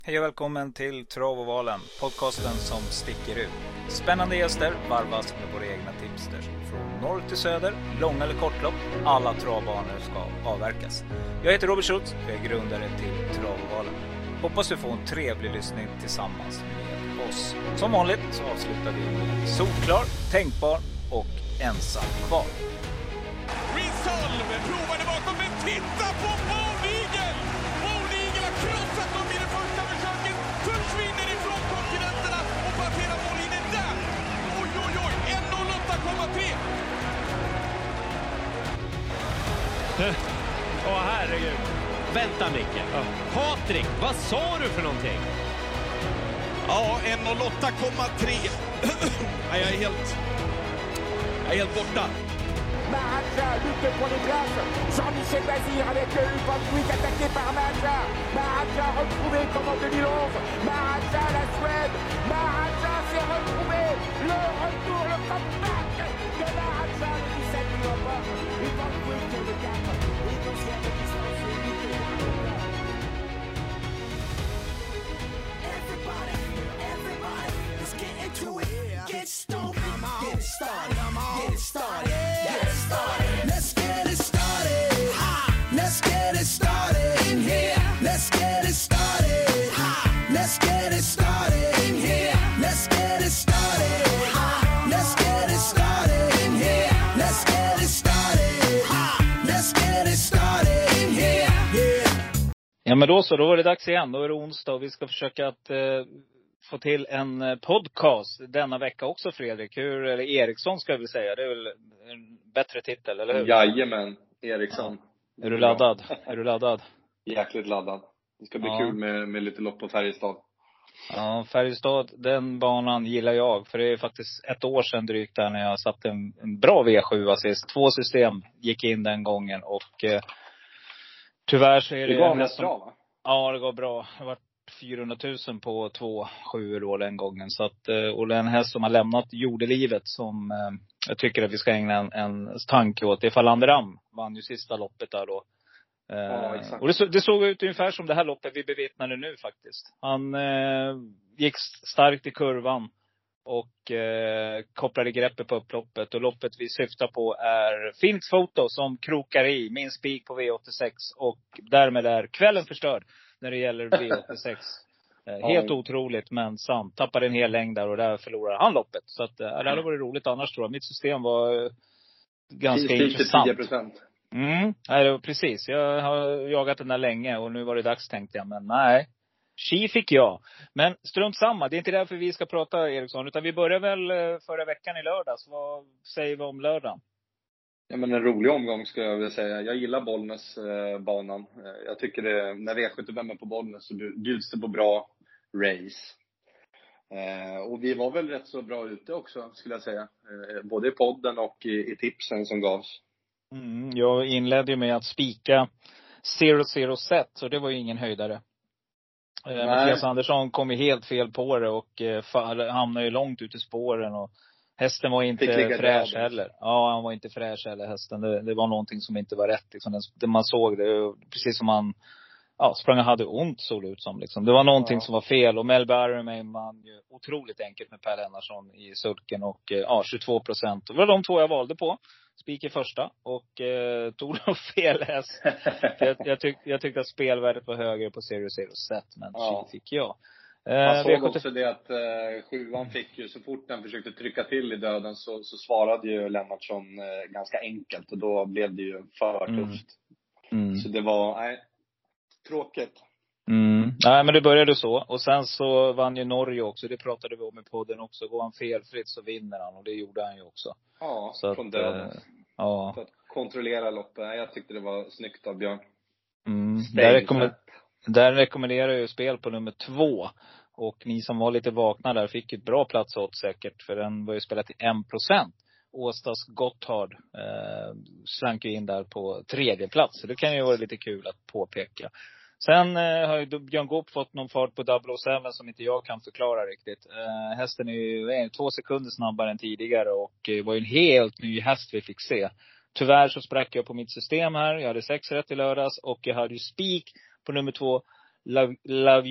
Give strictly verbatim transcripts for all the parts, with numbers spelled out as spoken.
Hej och välkommen till Travovalen, podcasten som sticker ut. Spännande gäster varvas med våra egna tipsters. Från norr till söder, lång eller kortlopp, alla travbanor ska avverkas. Jag heter Robert Schultz, jag är grundare till Travovalen. Hoppas du får en trevlig lyssning tillsammans med oss. Som vanligt så avslutar vi med solklar, tänkbar och ensam kvar. Resolve provade bakom, men titta på Bowleagle! Bowleagle har krossat dem i det första försöket, försvinner ifrån kontinenterna och passerar mållinjen där. Oj, oj, oj, ett noll åtta komma tre. Åh, herregud. Vänta, Micke. Ja. Patrik, vad sa du för någonting? Ja, ett noll åtta komma tre. Jag är helt... Jag är helt borta. Maharaja lutte pour les places. Jean-Michel Bazir avec le Van Dijk attaqué par Maharaja. Maharaja retrouvé comme en deux mille onze. Maharaja, la Suède. Maharaja s'est retrouvé. Le retour, le comeback de Maharaja le dix-sept novembre. Et Van Dijk le quatre. Et deuxième distance Everybody, everybody, let's get into it. Get stoned, get it started, get it started. Let's get it started. Let's get it started in here. Let's get it started. Let's get it started in here. Let's get it started. Let's get it started in here. Let's get it started. Let's get it started in here. Yeah. Ja, men då så, då är det dags igen. Då är det onsdag och vi ska försöka att eh, få till en podcast denna vecka också, Fredrik. Hur, eller Eriksson ska vi säga. Det är väl en bättre titel, eller hur? Jajamän, Eriksson. Ja. Är du laddad? Är du laddad? Jäkligt laddad. Det ska bli ja. kul med, med lite lopp på Färjestad. Ja, Färjestad, den banan gillar jag. För det är faktiskt ett år sedan drygt där när jag satt en, en bra V sju assist. Två system gick in den gången och eh, tyvärr så är det... Det går rätt bra, va? Ja, det går bra. Det var fyrahundratusen på två sju då den gången. Så att, och det är en häst som har lämnat jordelivet som eh, jag tycker att vi ska ägna en, en tanke åt. Det är Falanderam, vann ju sista loppet där då. Eh, ja, exakt. Och det, så, det såg ut ungefär som det här loppet vi bevittnade nu faktiskt. Han eh, gick starkt i kurvan och eh, kopplade greppet på upploppet. Och loppet vi syftar på är Phoenix Photo som krokar i min spik på V åttiosex. Och därmed är kvällen förstörd när det gäller V åttiosex. Eh, helt ja. Otroligt, men sant. Tappade en hel längd där och där förlorade han loppet. Så att, eh, det hade varit roligt annars tror jag. Mitt system var eh, ganska tio, intressant. tio procent. Mm, nej, det var precis. Jag har jagat den där länge och nu var det dags tänkte jag. Men nej, Ski fick jag. Men strunt samma, det är inte därför vi ska prata Eriksson. Utan vi börjar väl förra veckan i lördags. Vad säger vi om lördagen? Ja, men en rolig omgång ska jag vilja säga. Jag gillar Bollnäs eh, banan. Jag tycker det, när V sjuttiofem är på Bollnäs så bjuds det på bra race. Eh, och vi var väl rätt så bra ute också skulle jag säga. Eh, både i podden och i, i tipsen som gavs. Mm, jag inledde med att spika zero zero set. Så det var ju ingen höjdare. Eh, Mattias Andersson kom ju helt fel på det och eh, hamnade ju långt ut i spåren och hästen var inte fräsch heller. Ja, han var inte fräsch heller hästen. Det, det var någonting som inte var rätt liksom. Det man såg det precis som han ja, sprang och hade ont såg det ut som liksom. Det var någonting ja. som var fel och Melby Army man ju otroligt enkelt med Per Lennartsson i sulken och ja, tjugotvå procent. Det var de två jag valde på. Spik i första och eh, tog då fel häst. jag, jag, tyck, jag tyckte att spelvärdet var högre på zero zero set, men ja. fick jag. Eh, jag såg också det att eh, sjuan fick ju, så fort den försökte trycka till i döden så, så svarade ju Lennartsson eh, ganska enkelt och då blev det ju för tufft. Mm. Mm. Så det var, nej, tråkigt. Mm. Nej, men det började så. Och sen så vann ju Norge också. Det pratade vi om i podden också. Går han felfritt så vinner han. Och det gjorde han ju också. Ja, så från att, döden. Äh, ja. För att kontrollera loppet. Jag tyckte det var snyggt av Björn. Mm. Där, rekommend- där rekommenderar jag ju spel på nummer två. Och ni som var lite vakna där fick ett bra plats åt säkert. För den var ju spelat till en procent. Åstas Gotthard eh, slank ju in där på tredje plats. Så det kan ju vara lite kul att påpeka. Sen eh, har ju Björn Goop fått någon fart på double oh seven som inte jag kan förklara riktigt. Eh, hästen är ju är två sekunder snabbare än tidigare och eh, var ju en helt ny häst vi fick se. Tyvärr så sprack jag på mitt system här. Jag hade sex rätt i lördags och jag hade ju spik på nummer två, Love, Love You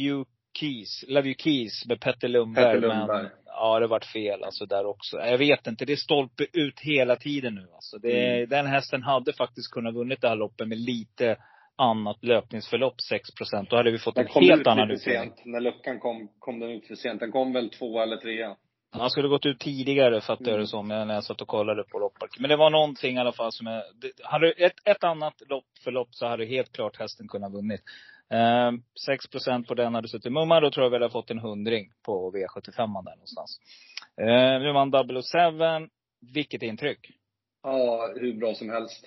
Keys, Love You Keys med Petter Lundberg. Petter Lundberg. Men, ja, det varit fel alltså där också. Jag vet inte, det är stolpe ut hela tiden nu alltså. Det, mm. Den hästen hade faktiskt kunnat vunnit det här loppet med lite annat löpningsförlopp, sex procent. Då hade vi fått en helt annan utdelning. När luckan kom, kom den ut för sent. Den kom väl två eller tre. Han skulle gått ut tidigare för att mm. det så, när jag satt och kollade på loppet. Men det var någonting i alla fall som jag, det, hade ett, ett annat lopp för lopp så hade helt klart hästen kunnat vunnit. Eh, sex procent på den hade suttit mumma. Då tror jag vi hade fått en hundring på V sjuttiofem där någonstans. Eh, nu vann double oh seven. Vilket intryck? Ja, hur bra som helst.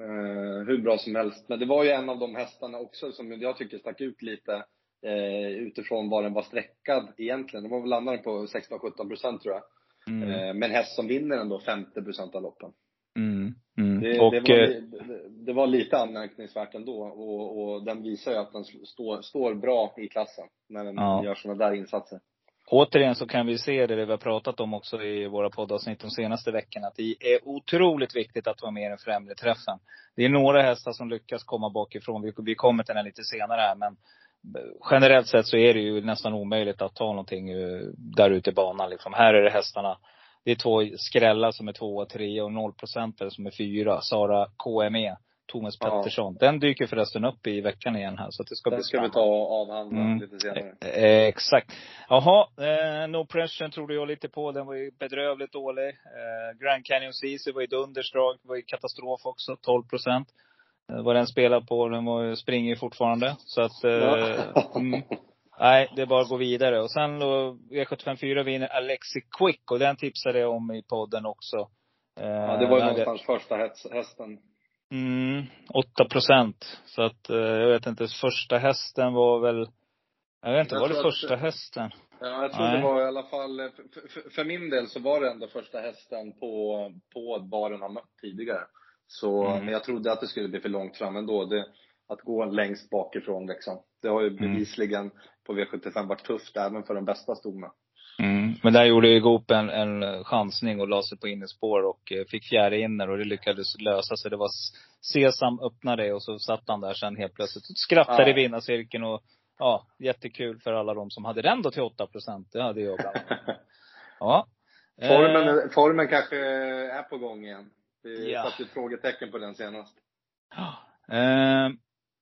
Uh, hur bra som helst. Men det var ju en av de hästarna också som jag tycker stack ut lite uh, utifrån vad den var sträckad egentligen. Det var väl landade på sexton till sjutton procent tror jag. Mm. Uh, men häst som vinner ändå femtio procent av loppen. Mm. Mm. Det, och, det, var, det, det var lite anmärkningsvärt ändå. Och, och den visar ju att den står, står bra i klassen när den ja. gör sådana där insatser. Återigen så kan vi se det, det vi har pratat om också i våra poddavsnitt de senaste veckorna. Att det är otroligt viktigt att vara med i den främre träffen. Det är några hästar som lyckas komma bakifrån. Vi, vi kommer till den lite senare här. Men generellt sett så är det ju nästan omöjligt att ta någonting där ute i banan. Liksom. Här är det hästarna. Det är två skrällar som är två och tre och noll procent som är fyra. Sara K M E. Thomas Pettersson. Ja. Den dyker förresten upp i veckan igen här. Så att det ska den bli ska vi ta av handla mm. lite senare. Eh, exakt. Jaha, eh, No Pressure trodde jag lite på. Den var ju bedrövligt dålig. Eh, Grand Canyon Ceesay var ju dunderstrag. Det var ju katastrof också, tolv procent. Eh, vad den spelar på, den var, springer ju fortfarande. Så att, eh, ja. mm, nej, det är bara att gå vidare. Och sen då, V sjuttiofem fyra vinner Alexi Quick. Och den tipsade jag om i podden också. Eh, ja, det var ju någonstans det... första hästen. Mm, åtta procent. Så att, eh, jag vet inte, första hästen var väl, jag vet inte, jag var det första att, hästen? Ja, jag tror Nej. det var i alla fall, för, för, för min del så var det ändå första hästen på, på baren har mött tidigare. Så, mm. men jag trodde att det skulle bli för långt fram ändå. Det, att gå längst bakifrån liksom. Det har ju bevisligen mm. på V sjuttiofem varit tufft även för de bästa storna. Mm. Men där gjorde ju Goop en, en chansning och la sig på innespår och eh, fick fjärde inner och det lyckades lösa sig. Det var Sesam öppnade och så satt han där sen helt plötsligt och skrattade ja. i vinnarcirkeln och ja, jättekul för alla de som hade den då till åtta procent. Det hade jag bland annat. Ja. Formen, eh. formen kanske är på gång igen. Vi ja. satt ett frågetecken på den senast. Ja. Eh,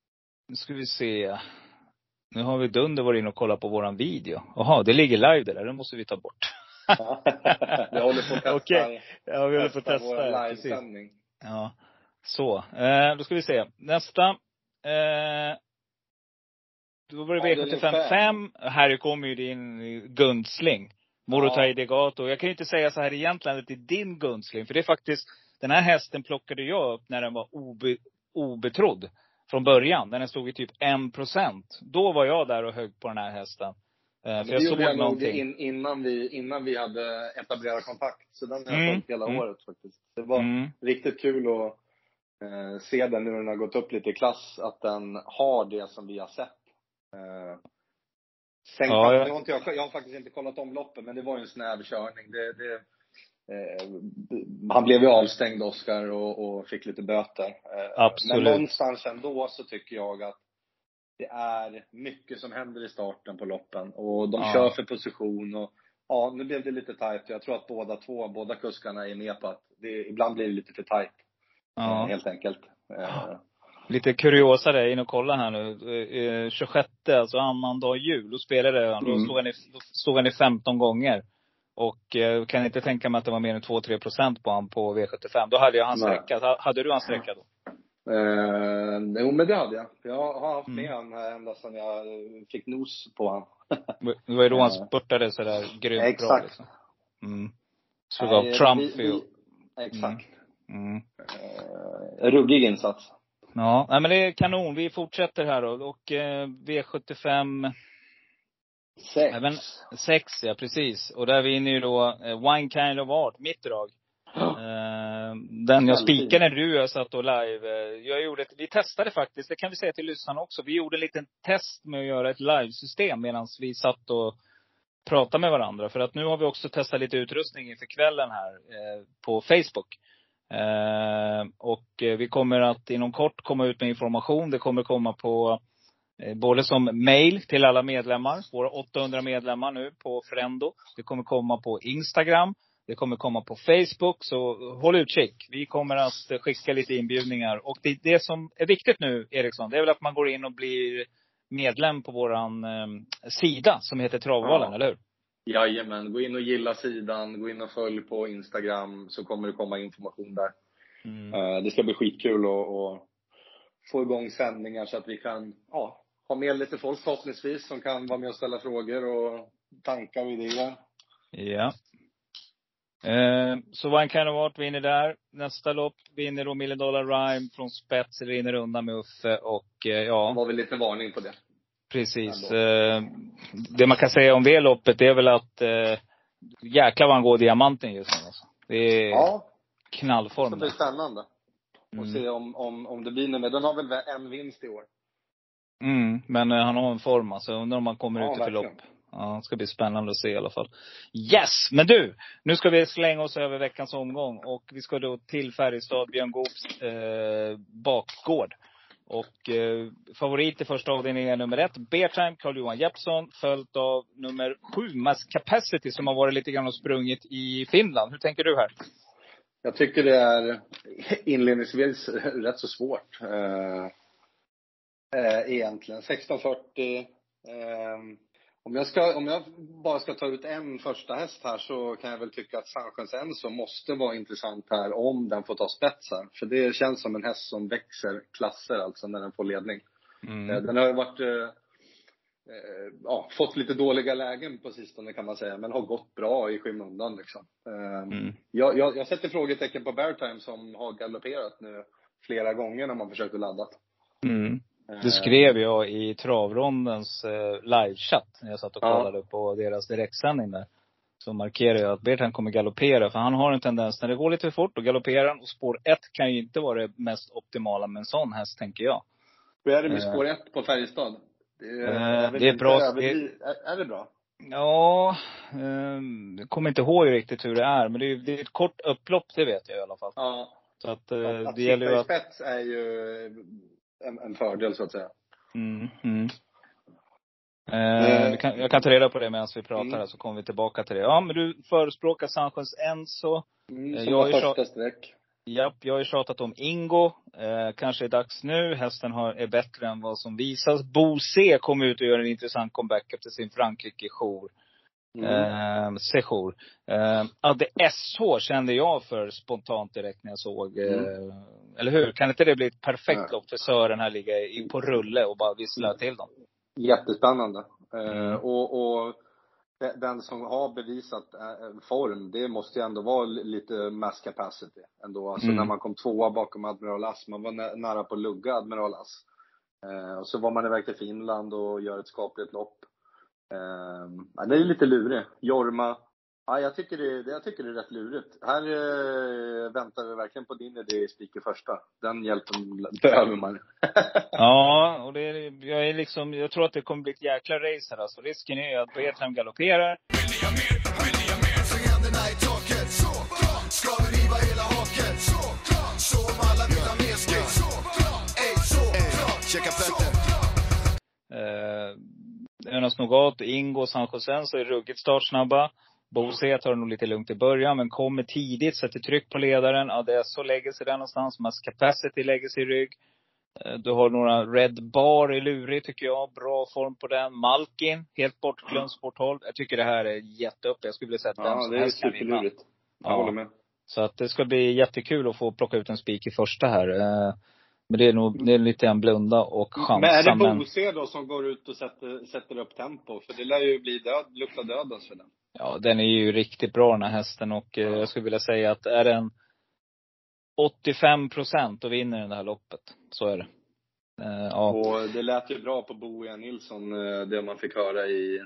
nu ska vi se. Nu har vi dunder varit in och kollat på våran video. Jaha, det ligger live där. Det måste vi ta bort. Ja, vi håller på att testa. Okej. Ja, vi håller på att testa. Livesändning. Ja, så. Eh, då ska vi se. Nästa. Eh, då var det V sjuttiofem fem. Här kommer ju din gundsling. Morotai ja. Degato. Jag kan ju inte säga så här egentligen att det är din gundsling. För det är faktiskt, den här hästen plockade jag upp när den var obe, obetrodd. Från början, när den stod i typ en procent. Då var jag där och högg på den här hästen. Ja, för jag såg jag någonting. In, innan, vi, innan vi hade etablerat kontakt. Så den har jag mm. följt hela mm. året faktiskt. Det var mm. riktigt kul att eh, se den nu när den har gått upp lite i klass. Att den har det som vi har sett. Eh, sen ja, jag... Jag, inte, jag, jag har faktiskt inte kollat om loppen. Men det var ju en snäv körning. Det, det, Eh, han blev ju avstängd, Oscar, och, och fick lite böter. Eh, Absolut. Men någonstans ändå så tycker jag att det är mycket som händer i starten på loppen. Och de ja. kör för position. Och ja, nu blev det lite tajt. Jag tror att båda två, båda kuskarna är med på att det ibland blir det lite för tajt. Ja. Eh, helt enkelt. Eh, Lite kuriosa där, in och kolla här nu. tjugosjätte, alltså annan dag jul. Då spelade han. Mm. Då stod han i, stod han i femton gånger. Och eh, kan inte tänka mig att det var mer än två till tre procent på han på V sjuttiofem. Då hade jag hans sträcka. Hade du hans sträcka då? Eh, jo, men det hade jag. Jag har haft med mm. han ända sedan jag fick nos på han. Det var ju då han spurtade sådär grymt bra. Exakt. Liksom. Mm. Så det var Trump vi, vi, Exakt. Mm. Mm. Eh, ruggig insats. Ja, nej, men det är kanon. Vi fortsätter här då. Och eh, V sjuttiofem... Sex. Även sex, ja precis. Och där vinner ju då uh, One Kind of Art, mitt drag. Uh, den jag spikade när du satt och live. Uh, jag gjorde ett, vi testade faktiskt, det kan vi säga till lyssnarna också. Vi gjorde en liten test med att göra ett livesystem medan vi satt och pratade med varandra. För att nu har vi också testat lite utrustning inför kvällen här uh, på Facebook. Uh, och uh, vi kommer att inom kort komma ut med information. Det kommer komma på Både som mail till alla medlemmar. Våra åttahundra medlemmar nu på Frendo. Det kommer komma på Instagram. Det kommer komma på Facebook. Så håll utkik. Vi kommer att skicka lite inbjudningar. Och det, det som är viktigt nu, Eriksson, det är väl att man går in och blir medlem på våran eh, sida som heter Travvalen, ja. Eller hur? Jajamän, gå in och gilla sidan. Gå in och följ på Instagram. Så kommer det komma information där. Mm. Uh, det ska bli skitkul att få igång sändningar så att vi kan ja, ha med lite folk förhoppningsvis som kan vara med och ställa frågor och tankar och idéer. Ja. Eh, så One Kind of Art vinner där. Nästa lopp vinner då Million Dollar Rhyme från spets, rinner undan med Uffe och eh, ja. Det var väl lite varning på det. Precis. Eh, det man kan säga om det loppet är väl att eh, jäklar vad han går diamanten just nu alltså. Det är ja. knallform. Det blir spännande. Och mm. se om, om, om det blir med. Den har väl en vinst i år. Mm, men eh, han har en form alltså. Undrar om han kommer ja, ut för lopp. Ja, det ska bli spännande att se i alla fall. Yes! Men du, nu ska vi slänga oss över veckans omgång. Och vi ska då till Färjestad, Björn Goofs eh, bakgård. Och eh, favorit i första avdelningen är nummer ett, Beartime, Carl-Johan Jeppsson. Följt av nummer sju, Mass Capacity, som har varit lite grann och sprungit i Finland. Hur tänker du här? Jag tycker det är inledningsvis rätt så svårt. Eh, eh, egentligen. sexton fyrtio. Eh, om, jag ska, om jag bara ska ta ut en första häst här så kan jag väl tycka att Sanchens Enzo måste vara intressant här om den får ta spetsar. För det känns som en häst som växer klasser alltså när den får ledning. Mm. Eh, den har ju varit... Eh, Eh, ja, fått lite dåliga lägen på sistone kan man säga. Men har gått bra i skymundan liksom. eh, mm. jag, jag, jag sätter frågetecken på Beartime som har galopperat nu flera gånger när man försökt ladda. Mm. Det skrev jag i travrondens eh, livechatt när jag satt och kollade ja. på deras direktsändning där. Så markerar jag att Beartime kommer galoppera. För han har en tendens när det går lite för fort och galopperar. Och spår ett kan ju inte vara det mest optimala med en sån häst, tänker jag. Hur är det med spår ett på Färjestad? Det är, äh, det är bra. Det är, är det bra? Ja, eh, jag kommer inte ihåg riktigt hur det är. Men det är, det är ett kort upplopp, det vet jag i alla fall. Ja. Så att, eh, att, att det gäller ju att... spets är ju en, en fördel så att säga. Mm, mm. Eh, mm. Kan, jag kan ta reda på det medan vi pratar mm. här, så kommer vi tillbaka till det. Ja, men du förespråkar Sanchens Enzo. Mm, som jag första streck. Japp, jag har ju tjatat om Ingo. Eh, kanske är dags nu. Hästen har, är bättre än vad som visas. Bo C kommer ut och gör en intressant comeback efter sin Frankrike-jour. Mm. Eh, sejour. Eh, Adde S H kände jag för spontant direkt när jag såg. Mm. Eh, eller hur? Kan inte det bli ett perfekt ja. lopp för Sören här ligga i, på rulle och bara vissla till dem? Jättespännande. Eh, mm. och, och den som har bevisat form, det måste ju ändå vara lite mass capacity ändå. Alltså mm. när man kom tvåa bakom Admiral As, man var nära på att lugga Admiral As. Eh, och så var man iväg till Finland och gör ett skapligt lopp. Eh, det är lite lurigt. Jorma, ja, jag tycker det, jag tycker det är rätt lurigt. Här eh, väntar vi verkligen på din idé i Spiker första. Den hjälpen behöver man. Ja, och det är, jag är liksom, jag tror att det kommer bli ett jäkla race här. Alltså risken är att Beartime galopperar. Eh, Önas Nogat, Ingo och Sanchens Enzo är ruggigt startsnabba. Bose tar nog lite lugnt i början, men kommer tidigt, sätter tryck på ledaren. Ja, det är så lägger sig där någonstans. Mass Capacity lägger sig i rygg. Du har några Red Bar i lurig tycker jag. Bra form på den. Malkin, helt bortglömd sporthåll. Jag tycker det här är jätteupp. Jag skulle vilja säga att ja, den det är superlurigt. Jag ja. håller med. Så att det ska bli jättekul att få plocka ut en spik i första här. Men det är nog det är lite en blunda och chansa. Men är det Bose då som går ut och sätter, sätter upp tempo? För det lär ju bli död, lukta dödens för den. Ja, den är ju riktigt bra den här hästen. Och ja. jag skulle vilja säga att är den åttiofem procent och vinner den här loppet. Så är det. Uh, ja. Och det lät ju bra på Bo E. Nilsson, det man fick höra i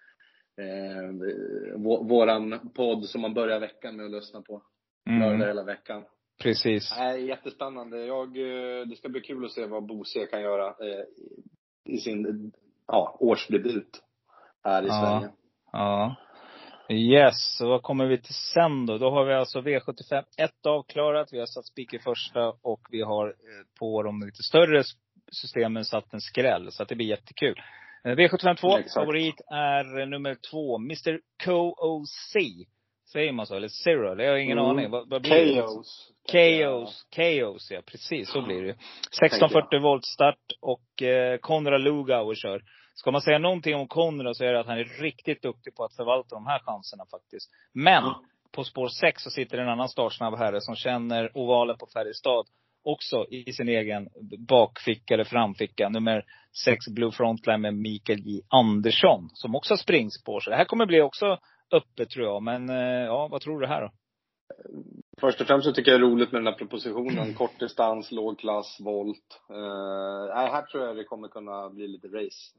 eh, våran podd som man börjar veckan med att lyssna på. Mm. Lördag hela veckan. Precis. Nej, jättespännande. Jag, det ska bli kul att se vad Bo C kan göra eh, i sin ja, årsdebut här i ja. Sverige. Ja. Yes, så vad kommer vi till sen då? Då har vi alltså V sjuttiofem ett avklarat. Vi har satt spik i första och vi har på de lite större systemen satt en skräll. Så att det blir jättekul. V sjuttiofem två, Exakt. favorit är nummer två, mister K O C. Säger man så? Eller Zero? Eller jag har ingen Mm. aning. Vad, vad blir det? Chaos. Chaos. Chaos, ja. Precis, så blir det. sexton fyrtio volt start och eh, Konrad Lugauer kör. Ska man säga någonting om Konrad så är det att han är riktigt duktig på att förvalta de här chanserna faktiskt. Men på spår sex så sitter en annan startsnabb herre som känner ovalen på Färjestad också i sin egen bakficka eller framficka. Nummer sex Blue Frontline med Mikael J. Andersson som också har springspår. Så det här kommer bli också öppet tror jag. Men ja, vad tror du här då? Först och främst så tycker jag det är roligt med den här propositionen. Kort distans, låg klass, volt. Uh, här tror jag det kommer kunna bli lite race.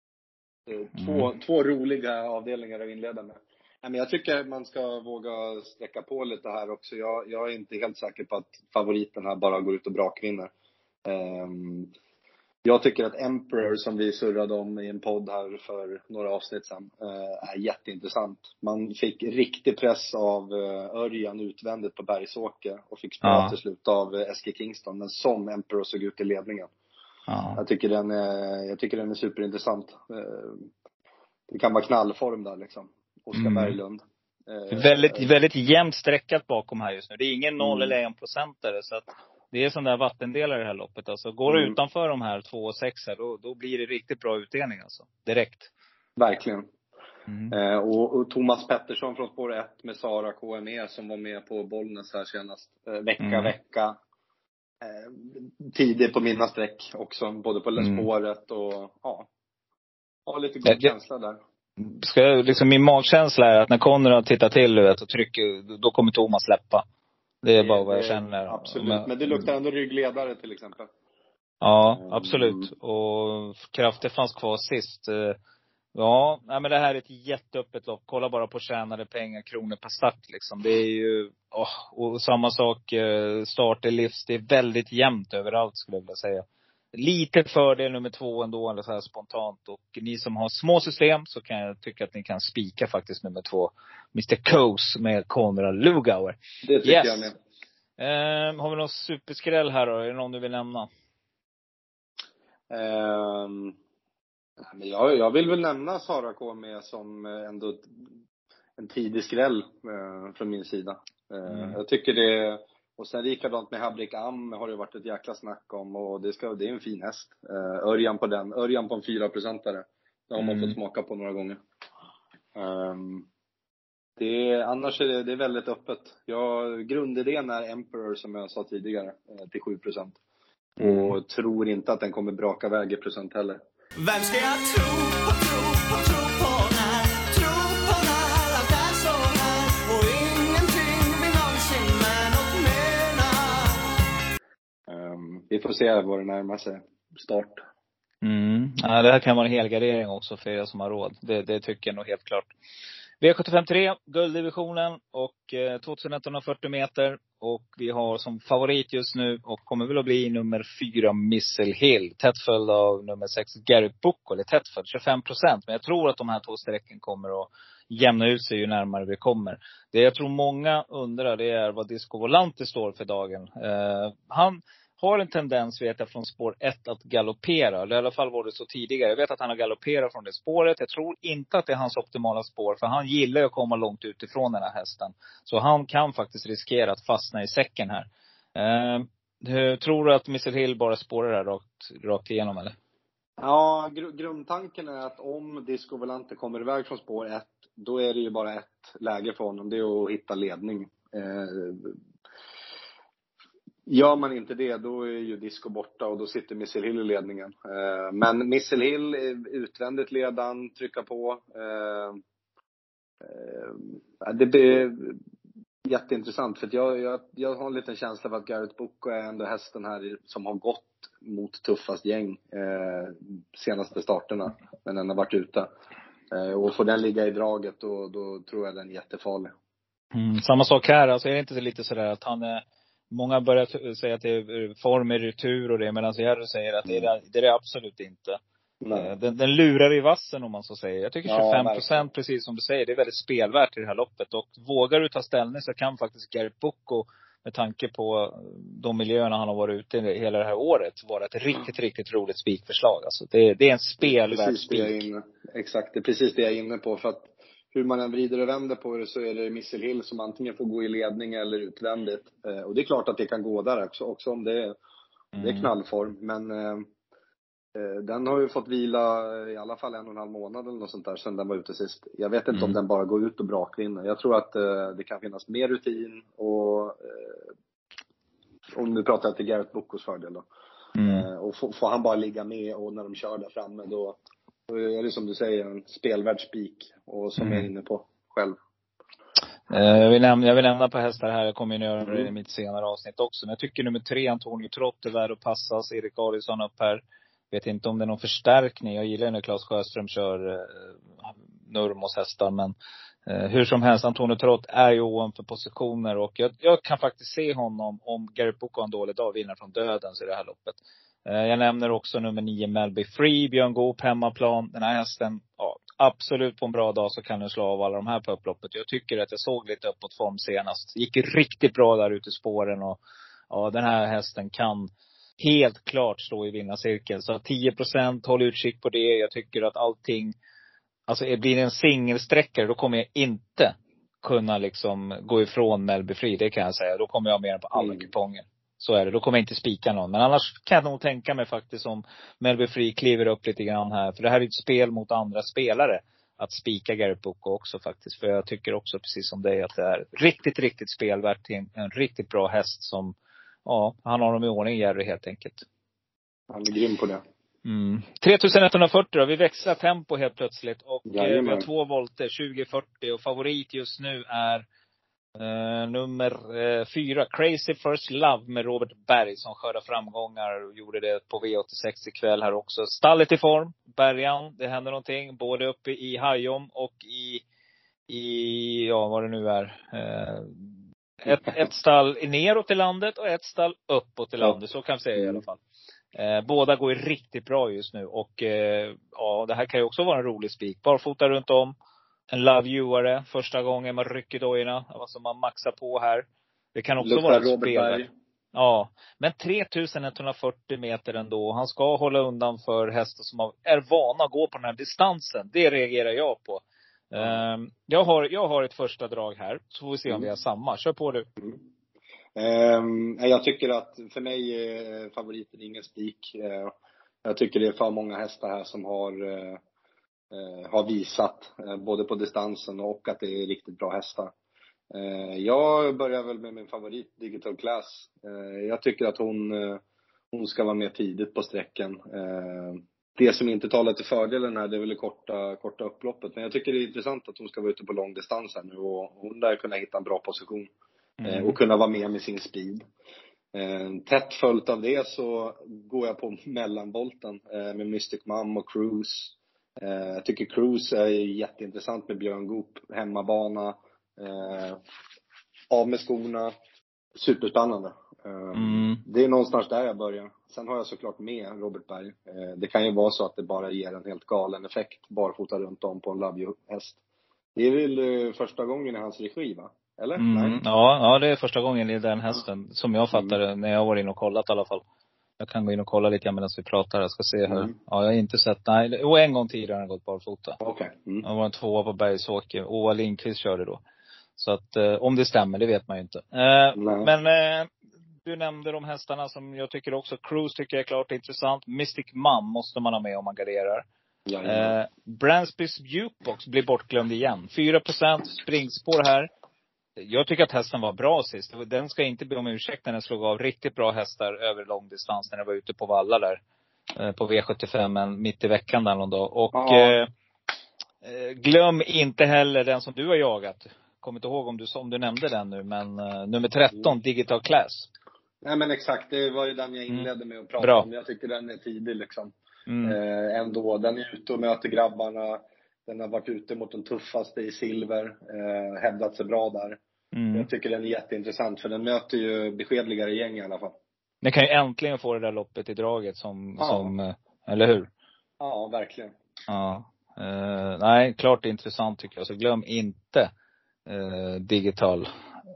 Två, mm. två roliga avdelningar att inleda med. Men jag tycker man ska våga sträcka på lite här också. Jag, jag är inte helt säker på att favoriten här bara går ut och brakvinner. Um, jag tycker att Emperor, som vi surrade om i en podd här för några avsnitt sedan, uh, är jätteintressant. Man fick riktig press av uh, Örjan utvändigt på Bergsåker och fick spela ja. till slut av uh, S K Kingston. Men som Emperor såg ut i ledningen. Ja. Jag tycker den är, jag tycker den är superintressant. Uh, det kan vara knallform där liksom. Oskar mm. Berglund. Eh, väldigt, väldigt jämnt sträckat bakom här just nu. Det är ingen noll mm. eller en procentare. Så att det är sån där vattendelare i det här loppet. Alltså, går mm. du utanför de här två och sex här, då, då blir det riktigt bra utdelning alltså. Direkt. Verkligen. Mm. Eh, och, och Thomas Pettersson från spår ett med Sara K M E som var med på Bollnäs här senast. Eh, vecka, mm. vecka. Eh, tidigt på mina sträck också. Både på mm. spåret och ja. Ja, lite god ja, känsla där. Ska jag, liksom, min magkänsla är att när Konrad tittar till vet, och trycker, då kommer Thomas släppa. Det är det, bara vad jag känner. Absolut, men, men det luktar ändå ryggledare till exempel. Ja, absolut. Och krafter fanns kvar sist. Ja, nej, men det här är ett jätteöppet lopp. Kolla bara på tjänade pengar, kronor per start liksom. Det är ju, oh, och samma sak, start i livs. Det är väldigt jämnt överallt skulle jag vilja säga. Lite fördel nummer två ändå, eller så här spontant. Och ni som har små system så kan jag tycka att ni kan spika faktiskt nummer två, mister Coase med Konrad Lugauer. Det tycker yes. jag med. Eh, har vi någon superskräll här då? Är det någon du vill nämna? Eh, men jag, jag vill väl nämna Sara K med som ändå en tidig skräll eh, från min sida. Eh, mm. Jag tycker det. Och sen likadant med Habrik Am har det varit ett jäkla snack om. Och det, ska, det är en fin häst. Uh, Örjan på den. Örjan på en fyra procentare. Det har man mm. fått smaka på några gånger. Um, det, annars är det, det är väldigt öppet. Jag, grundidén är Emperor som jag sa tidigare. Uh, till sju procent. Mm. Och tror inte att den kommer braka väg i procent heller. Vem ska jag tro på, tro på, tro på när? Tro på när allt är så här. Och ingenting vi någonsin med något menar. Um, vi får se vad det närmar sig start. Mm. Ja, det här kan vara en helgardering också för er som har råd. Det, det tycker jag nog helt klart. V sjuttiofem tre, gulddivisionen och eh, tjugoett fyrtio meter. Och vi har som favorit just nu och kommer väl att bli nummer fyra Missile Hill. Tätt följd av nummer sex Garrett Book, eller tätt följd tjugofem procent. Men jag tror att de här två sträcken kommer att jämna ut sig ju närmare vi kommer. Det jag tror många undrar det är vad Disco Volante står för dagen. Eh, han har en tendens, vet jag, från spår ett att galoppera. Eller i alla fall var det så tidigare. Jag vet att han har galopperat från det spåret. Jag tror inte att det är hans optimala spår. För han gillar att komma långt utifrån den här hästen. Så han kan faktiskt riskera att fastna i säcken här. Eh, tror du att Missile Hill bara spårar här rakt, rakt igenom eller? Ja, gr- grundtanken är att om Disco Volante kommer iväg från spår ett, då är det ju bara ett läge för honom. Det är att hitta ledning. Eh, Gör man inte det, då är ju Disco borta och då sitter Missile Hill i ledningen. Eh, men Missile Hill är utvändigt ledan, trycka på. Eh, eh, det blir jätteintressant för att jag, jag, jag har en liten känsla för att Garrett Book är ändå hästen här som har gått mot tuffast gäng eh, senaste starterna. Men den har varit ute. Eh, och får den ligga i draget då, då tror jag den är jättefarlig. Mm, samma sak här, alltså är det inte lite sådär att han är... Många börjar säga att det är form i retur och det. Medan Jerry säger att det är det, är det absolut inte. Den, den lurar i vassen om man så säger. Jag tycker tjugofem procent ja, precis som du säger. Det är väldigt spelvärt i det här loppet. Och vågar du ta ställning så kan faktiskt Garrett Book med tanke på de miljöerna han har varit ute i hela det här året, var ett riktigt, riktigt roligt spikförslag. Alltså det, det är en spelvärd spik. Exakt, det är precis det jag är inne på. För att hur man än vrider och vänder på det så är det Missile Hill som antingen får gå i ledning eller utvändigt. Eh, och det är klart att det kan gå där också, också om det är, mm. det är knallform. Men eh, den har ju fått vila i alla fall en och en halv månad eller något sånt där sedan den var ute sist. Jag vet inte mm. om den bara går ut och brakvinner. Jag tror att eh, det kan finnas mer rutin och eh, om nu pratar jag till Garrett Bocos fördel då. Mm. Eh, och får, får han bara ligga med och när de kör där framme då, då är det som du säger en spelvärd spik och som mm. jag är inne på själv. Eh, jag, vill nämna, jag vill nämna på hästar här, jag kommer ju göra det i mitt senare avsnitt också. Men jag tycker nummer tre, Antonio Trott, är värd att passas. Erik Adielsson upp här. Vet inte om det är någon förstärkning. Jag gillar när Claes Sjöström kör eh, Nurmos hästar. Men eh, hur som helst, Antonio Trott är ju ovanför positioner. Och jag, jag kan faktiskt se honom, om Garrett Boko har en dålig dag, vinner från dödens i det här loppet. Eh, jag nämner också nummer nio, Melby Free, Björn Goop, hemmaplan. Den här hästen, ja, absolut på en bra dag så kan du slå av alla de här på upploppet. Jag tycker att jag såg lite uppåt form senast. Gick riktigt bra där ute i spåren. Och ja, den här hästen kan helt klart slå i vinnarcirkeln. Så tio procent, håll utkik på det. Jag tycker att allting, alltså blir det en singelsträckare, då kommer jag inte kunna liksom gå ifrån Melby Free, det kan jag säga. Då kommer jag mer på alla kuponger. Så är det, då kommer jag inte spika någon. Men annars kan jag nog tänka mig faktiskt om Melby Free kliver upp lite grann här. För det här är ett spel mot andra spelare. Att spika Garrett Boko också faktiskt. För jag tycker också precis som dig att det är riktigt, riktigt spelvärt till en, en riktigt bra häst som, ja, han har dem i ordning, Jerry, helt enkelt. Han är grym på det. Mm. tre tusen etthundrafyrtio då. Vi växlar tempo helt plötsligt. Och eh, vi har två volter, tjugo fyrtio. Och favorit just nu är eh, nummer eh, fyra, Crazy First Love med Robert Berg, som skördar framgångar och gjorde det på V åttiosex ikväll här också. Stallet i form, Bergan, det händer någonting. Både uppe i Hajom och i, i ja vad det nu är. Eh, Ett, ett stall neråt i landet och ett stall uppåt i landet. Så kan vi säga i alla fall. Eh, båda går ju riktigt bra just nu. Och eh, ja, det här kan ju också vara en rolig spik. Barfota runt om. En Love You-are. Första gången man rycker dojorna. Alltså man maxar på här. Det kan också Luktar vara ett spel. Ja, men tre tusen etthundrafyrtio meter ändå. Han ska hålla undan för hästar som är vana att gå på den här distansen. Det reagerar jag på. Mm. Jag, har, jag har ett första drag här. Så får vi se om mm. vi har samma. Kör på du. Mm. Um, jag tycker att för mig är favoriten ingen spik. Uh, jag tycker det är för många hästar här som har, uh, uh, har visat uh, både på distansen och att det är riktigt bra hästar. Uh, jag börjar väl med min favorit Digital Class. Uh, jag tycker att hon, uh, hon ska vara med tidigt på sträckan. Uh, Det som inte talar till fördelen här, det är väl det korta, korta upploppet. Men jag tycker det är intressant att hon ska vara ute på lång distans här nu. Och hon där kunna hitta en bra position. Mm. Eh, och kunna vara med med sin speed. Eh, tätt följt av det så går jag på mellanvolten eh, med Mystic Mom och Cruise. Eh, jag tycker Cruise är jätteintressant med Björn Goop. Hemmabana. Eh, av med skorna. Superspännande. Mm. Det är någonstans där jag börjar. Sen har jag såklart med Robert Berg. Det kan ju vara så att det bara ger en helt galen effekt barfota runt om på en Love You-häst. Det är väl första gången i hans regi, va? Eller? Mm. Nej. Ja, ja, det är första gången i den hästen. Som jag fattar det, mm. när jag var in och kollat i alla fall. Jag kan gå in och kolla lite medan vi pratar. Jag ska se här. Mm. Ja, jag har inte sett. Nej, och en gång tidigare har han gått barfota. Okej. Okay. Mm. Han var en tvåa på Bergsåker. Oa Lindqvist körde då. Så att eh, om det stämmer, det vet man ju inte. Eh, men eh, du nämnde de hästarna som jag tycker också. Cruise tycker jag är klart intressant. Mystic Mom måste man ha med om man garderar. Eh, Bransbys Jukebox blir bortglömd igen. fyra procent springspår här. Jag tycker att hästen var bra sist. Den ska inte be om ursäkt när den slog av riktigt bra hästar över lång distans. När den var ute på Valla där. Eh, på V sjuttiofem, men mitt i veckan där någon dag. Och eh, glöm inte heller den som du har jagat. Kommer inte ihåg om du, om du nämnde den nu. Men uh, nummer tretton, Digital Class. Nej men exakt, det var ju den jag inledde med att prata Bra. om. Jag tycker den är tidig liksom. Mm. Eh, ändå, den är ute och möter grabbarna. Den har varit ute mot den tuffaste i silver. Eh, hävdat sig bra där. Mm. Jag tycker den är jätteintressant. För den möter ju beskedligare gäng i alla fall. Den kan ju äntligen få det där loppet i draget som, ja. som eller hur? Ja, verkligen. Ja. Eh, nej, klart intressant tycker jag. Så glöm inte eh, digital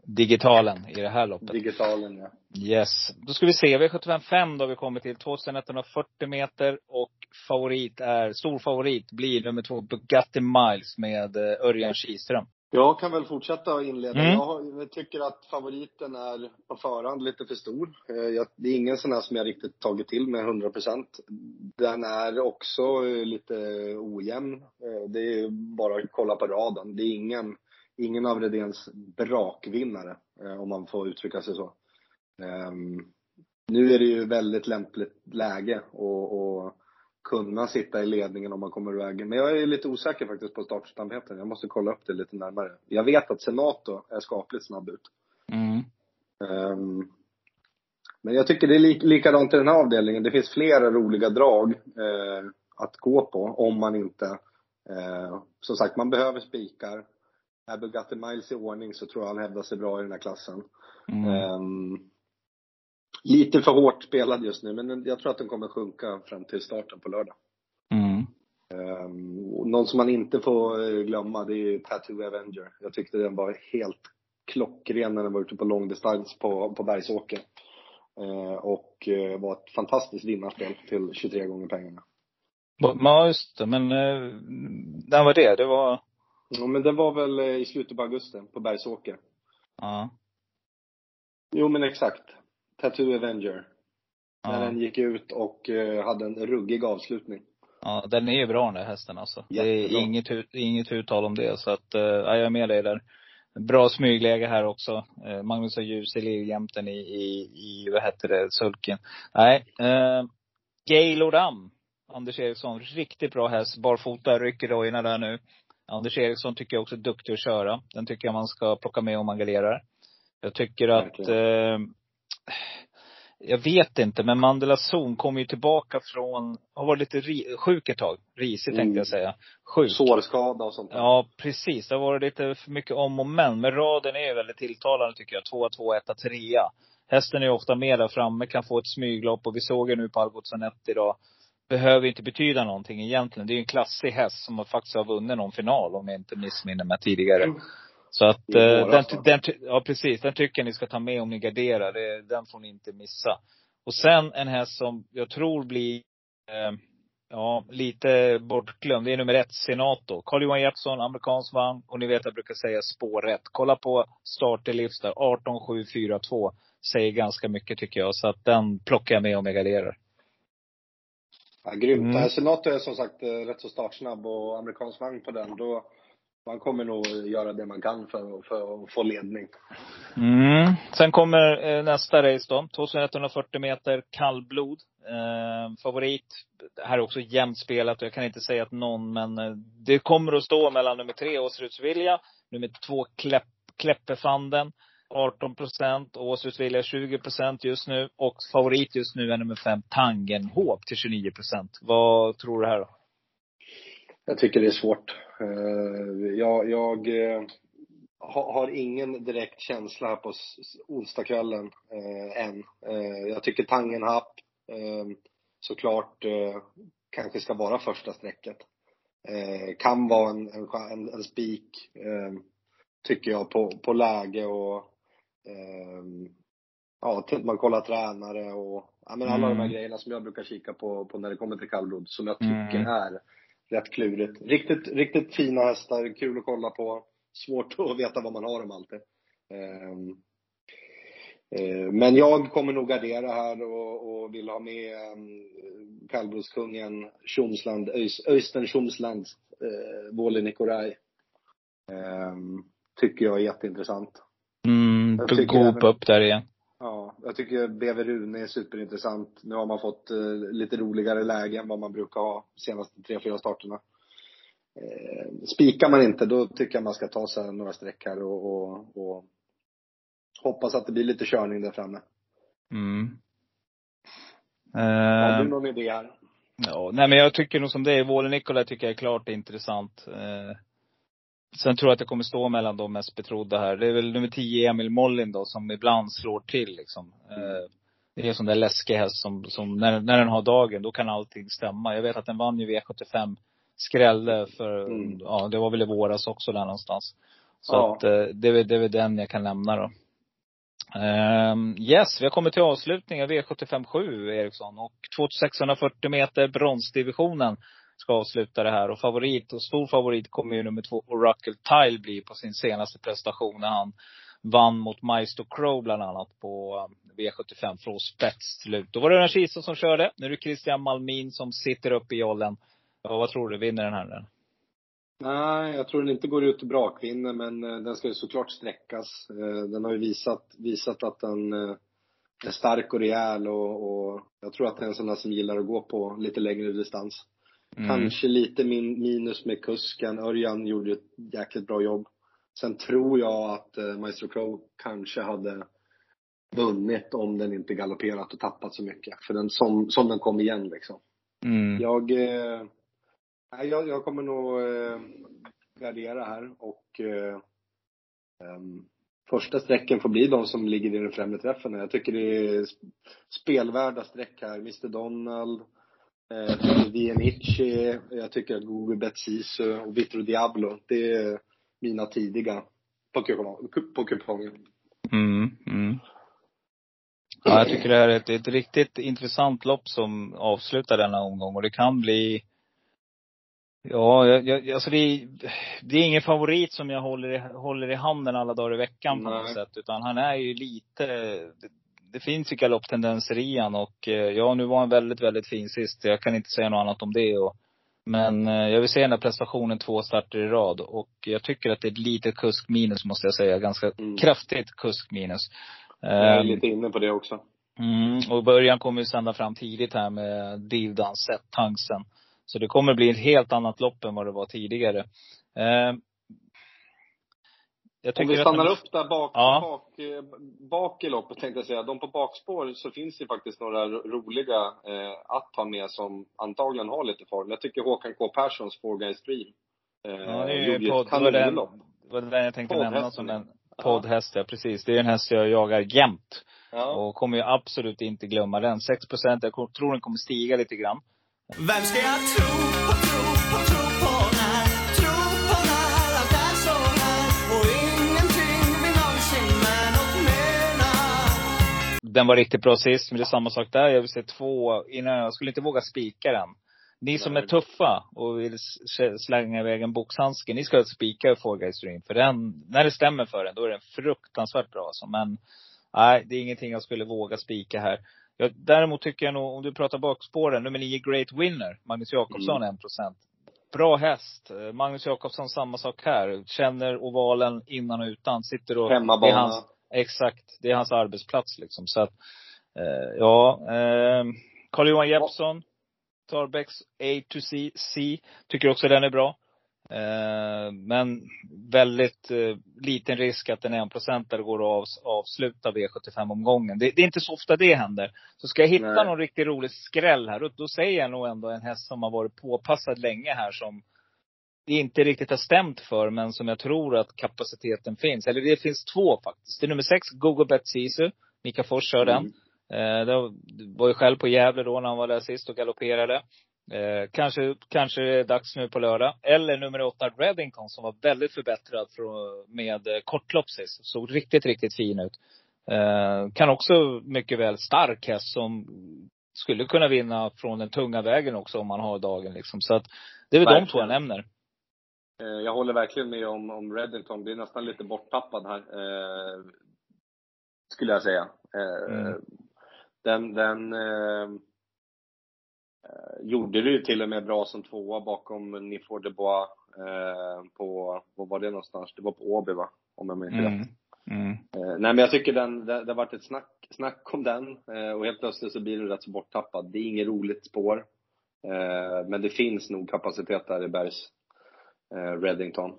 digitalen i det här loppet. Digitalen, ja. Yes. Då ska vi se. V sjuttiofem fem då vi kommer till tjugoett fyrtio meter. Och favorit är, stor favorit blir nummer två Bugatti Miles med Örjan Kihlström. Jag kan väl fortsätta inleda. Mm. Jag tycker att favoriten är på förhand lite för stor. Jag, det är ingen sån här som jag riktigt tagit till med hundra procent. Den är också lite ojämn. Det är bara att kolla på raden. Det är ingen, ingen av Redéns brakvinnare, om man får uttrycka sig så. Um, nu är det ju väldigt lämpligt läge och, och kunna sitta i ledningen om man kommer iväg. Men jag är lite osäker faktiskt på startsnabbheten. Jag måste kolla upp det lite närmare. Jag vet att Senato är skapligt snabb ut. Mm. Um, men jag tycker det är lik, likadant i den här avdelningen. Det finns flera roliga drag eh, att gå på om man inte eh, som sagt, man behöver spikar. Är Bugatti Miles i ordning så tror jag han hävdar sig bra i den här klassen. Mm. Um, Lite för hårt spelad just nu, men jag tror att den kommer sjunka fram till starten på lördag. Mm. Um, någon som man inte får glömma, det är Tattoo Avenger. Jag tyckte den var helt klockren när den var ute på långdistans på, på Bergsåker. Uh, och uh, var ett fantastiskt vinnarspel till tjugotre gånger pengarna. Ja, just det. Men uh, när var det? Det var... Ja, men det var väl uh, i slutet på augusti på Bergsåker. Ja. Jo, men exakt. Tattoo Avenger. Ja. När den gick ut och uh, hade en ruggig avslutning. Ja, den är ju bra den där hästen alltså. Jättebra. Det är inget, ut, inget uttal om det. Så att, uh, jag är med dig där. Bra smygläge här också. Uh, Magnus har ljus i liljämten i, i, i, vad heter det, sulken. Nej, uh, Gail Oram. Anders Eriksson, riktigt bra häst. Barfota, rycker rojorna där nu. Anders Eriksson tycker jag också är duktig att köra. Den tycker jag man ska plocka med om man galerar. Jag tycker att... Uh, jag vet inte, men Mandela Zon kommer ju tillbaka från, har varit lite ri, sjuk ett tag. Risig tänkte mm. jag säga. Sjuk. Sårskada och sånt där. Ja, precis. Det har varit lite för mycket om och men. Men raden är ju väldigt tilltalande tycker jag. två två ett tre. Hästen är ju ofta med där framme, kan få ett smyglopp. Och vi såg ju nu på Algotsson-ett idag. Behöver inte betyda någonting egentligen. Det är ju en klassig häst som faktiskt har vunnit någon final, om jag inte missminner mig tidigare. Mm. Så att eh, den, den, ja precis, den tycker jag ni ska ta med om ni garderar. Det, den får ni inte missa. Och sen en häst som jag tror blir eh, ja, lite bortglömd. Det är nummer ett, Senato. Carl-Johan Jeppsson, amerikansk vagn. Och ni vet jag brukar säga spår rätt. Kolla på startelivs där, arton sju fyra två. Säger ganska mycket tycker jag. Så att den plockar jag med om jag garderar. Ja, grymt. Mm. Senato är som sagt rätt så startsnabb. Och amerikansk vagn på den, då man kommer nog göra det man kan för, för att få ledning. Mm. Sen kommer eh, nästa race då. tjugoett fyrtio meter, kallblod. Eh, favorit. Det här är också jämnt spelat. Och jag kan inte säga att någon, men eh, det kommer att stå mellan nummer tre, Åsrudsvilja. Nummer två, Klepp, Kleppefanden. arton procent. Åsrudsvilja tjugo procent just nu. Och favorit just nu är nummer fem, Tangenhop till tjugonio procent. Vad tror du här då? Jag tycker det är svårt. Jag, jag har ingen direkt känsla här på onsdagskvällen än. Jag tycker Tangenhop såklart kanske ska vara första sträcket. Kan vara en, en, en spik, tycker jag, på, på läge och ja, man kollar tränare och ja, men alla mm. de här grejerna som jag brukar kika på, på när det kommer till kallblod, som jag tycker mm. är rätt klurigt. Riktigt, riktigt fina hästar, kul att kolla på. Svårt att veta vad man har dem alltid. Um, uh, men jag kommer nog gardera här och, och vill ha med um, kallblodskungen Tjomsland, Öystein Tjomsland, uh, Wåhle Nicolai. Um, tycker jag är jätteintressant. Mm, du går upp där igen. Ja, jag tycker B V Rune är superintressant. Nu har man fått eh, lite roligare läge än vad man brukar ha senaste tre, fyra starterna. Eh, spikar man inte, då tycker jag man ska ta sig några streck här och, och, och hoppas att det blir lite körning där framme. Mm. Eh, har du någon idé här? Ja, nej men jag tycker nog som det är. Wåhle Nicolai tycker jag är klart intressant. Eh, Sen tror jag att det kommer stå mellan de mest betrodda här. Det är väl nummer tio, Emil Mollin då, som ibland slår till liksom. Mm. Det är en sån där läskig häst som, som när, när den har dagen, då kan allting stämma. Jag vet att den vann ju V sjuttiofem, skrällde för, mm. ja det var väl i våras också där någonstans. Så Ja. att, eh, det, är, väl- det är väl den jag kan lämna då. Um, yes, vi har kommit till avslutning av V sjuttiofem sju, Eriksson. Och tjugosexhundrafyrtio meter bronsdivisionen ska avsluta det här. Och favorit, och stor favorit kommer ju nummer två Oracle Tile bli på sin senaste prestation, när han vann mot Maestro Crow bland annat på V sjuttiofem från spets till slut. Då var det den Kisa som körde. Nu är det Christian Malmin som sitter upp i jollen. Ja, vad tror du? Vinner den här nu? Nej, jag tror den inte går ut i brakvinner, men eh, den ska ju såklart sträckas. Eh, den har ju visat, visat att den eh, är stark och rejäl, och, och jag tror att det är en sån där som gillar att gå på lite längre distans. Mm. Kanske lite min, minus med kusken. Örjan gjorde ett jäkligt bra jobb. Sen tror jag att eh, Maestro Crow kanske hade vunnit om den inte galopperat och tappat så mycket. För den som, som den kom igen liksom. Mm. Jag, eh, jag, jag kommer nog eh, gardera här. Och eh, eh, första sträcken får bli de som ligger i den främre träffen. Jag tycker det är spelvärda sträck här. mister Donald, eh, Vienici, jag tycker att Google Betsisu och Vitro Diablo, det är mina tidiga på kupongen. På kupongen. Mm, mm. Ja, jag tycker det här är ett, ett riktigt intressant lopp som avslutar denna omgång. Och det kan bli... Ja, jag, alltså det, är, det är ingen favorit som jag håller i, håller i handen alla dagar i veckan på Nej. något sätt. Utan han är ju lite... Det, det finns ju galopptendenser i han. Och ja, nu var han väldigt, väldigt fin sist. Jag kan inte säga något annat om det. Och, men jag vill se den här prestationen två starter i rad. Och jag tycker att det är ett litet kuskminus, måste jag säga. Ganska Mm. kraftigt kuskminus. Jag är Um, lite inne på det också. Mm, och början kommer ju sända fram tidigt här med Divdan Set Tanksen. Så det kommer bli ett helt annat lopp än vad det var tidigare. Eh, jag Om vi att stannar den... upp där bak, Ja. bak, bak i loppet, tänkte jag säga. De på bakspår, så finns det faktiskt några roliga eh, att ta med som antagligen har lite form. Jag tycker Håkan K. Perssons Four Guys Dream eh, Ja, det är gjorde ju ett podd, det var den, kanonlopp. det var den jag tänkte Poddhästen, nämna som en ja. poddhäst. Ja, precis. Det är en häst jag jagar jämt. Ja. Och kommer ju absolut inte glömma den. sex procent, jag tror den kommer stiga lite grann. Vem ska jag tro på, tro på, tro på när? Tro på när allt är så här och ingenting vi någonsin med något menar. Den var riktigt bra sist, men det är samma sak där. Jag vill se två innan. Jag skulle inte våga spika den. Ni som Nej. är tuffa och vill slänga iväg en boxhandske, ni ska spika Four Guys Dream. För den, när det stämmer för den, då är den fruktansvärt bra. Alltså. Men nej, det är ingenting jag skulle våga spika här. Jag, däremot tycker jag nog, om du pratar bakspåren, nummer nio Great Winner, Magnus Jakobsson, Mm. en procent. Bra häst. Magnus Jakobsson, samma sak här. Känner ovalen innan och utan. Sitter och... Hemmabana. Det är hans, exakt, det är hans arbetsplats liksom. Så att, eh, ja. Eh, Carl-Johan Jeppsson, Tarbecks A to C, C. Tycker också den är bra. Eh, men väldigt eh, liten risk att en en procent där går att av, avsluta V sjuttiofem-omgången. Det, det är inte så ofta det händer. Så ska jag hitta Nej. någon riktigt rolig skräll här, då, då säger jag nog ändå en häst som har varit påpassad länge här, som det inte riktigt har stämt för, men som jag tror att kapaciteten finns. Eller det finns två faktiskt. Det är nummer sex, Google Betsisu. Mika Fors kör den. Mm. Eh, det var ju själv på Gävle då när han var där sist och galopperade. Eh, kanske, kanske är det dags nu på lördag. Eller nummer åtta Reddington, som var väldigt förbättrad från, med eh, kortlopp sist. Såg riktigt, riktigt fin ut. Eh, kan också mycket väl stark häst som skulle kunna vinna från den tunga vägen också om man har dagen liksom. Så att det är väl Verkligen. de två jag nämner. Eh, jag håller verkligen med om, om Reddington. Det är nästan lite borttappad här. Eh, skulle jag säga. Eh, Mm. Den, den eh, gjorde det ju till och med bra som tvåa bakom Nifor de Bois eh, på, vad var det någonstans? Det var på Åby, va? Om jag minns Mm. rätt. Mm. Eh, nej, men jag tycker den, det, det har varit ett snack, snack om den. Eh, och helt plötsligt så blir den rätt så borttappad. Det är inget roligt spår. Eh, men det finns nog kapacitet där i Bergs eh, Reddington.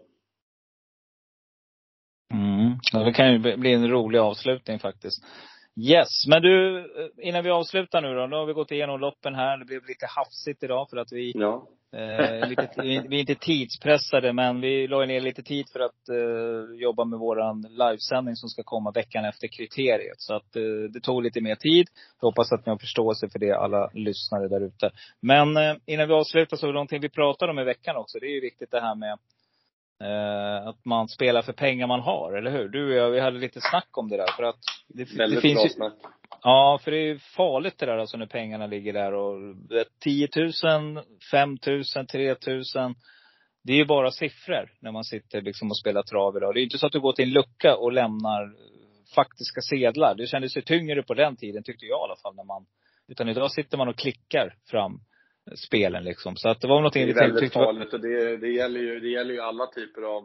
Mm. Ja, det kan ju bli en rolig avslutning faktiskt. Yes, men du, innan vi avslutar nu då. Nu har vi gått igenom loppen här. Det blev lite hafsigt idag för att vi Ja. eh, lite, vi, vi är inte tidspressade, men vi la ner lite tid för att eh, jobba med våran livesändning som ska komma veckan efter kriteriet. Så att eh, det tog lite mer tid. Jag hoppas att ni har förståelse för det, alla lyssnare där ute. Men eh, innan vi avslutar så är det någonting vi pratar om i veckan också. Det är ju viktigt det här med Eh, att man spelar för pengar man har, eller hur? Du och jag, vi hade lite snack om det där. För att det, Väldigt det finns bra ju, snack. ja, för det är farligt det där alltså när pengarna ligger där. Och tio tusen, fem tusen, tre tusen. Det är ju bara siffror när man sitter liksom och spelar trav idag. Det är inte så att du går till en lucka och lämnar faktiska sedlar. Det kändes ju tyngre på den tiden, tyckte jag i alla fall. När man, utan idag sitter man och klickar fram spelen liksom. Så att det var något Det är irriterande, väldigt tyckte jag. farligt, och det, det, gäller ju, det gäller ju alla typer av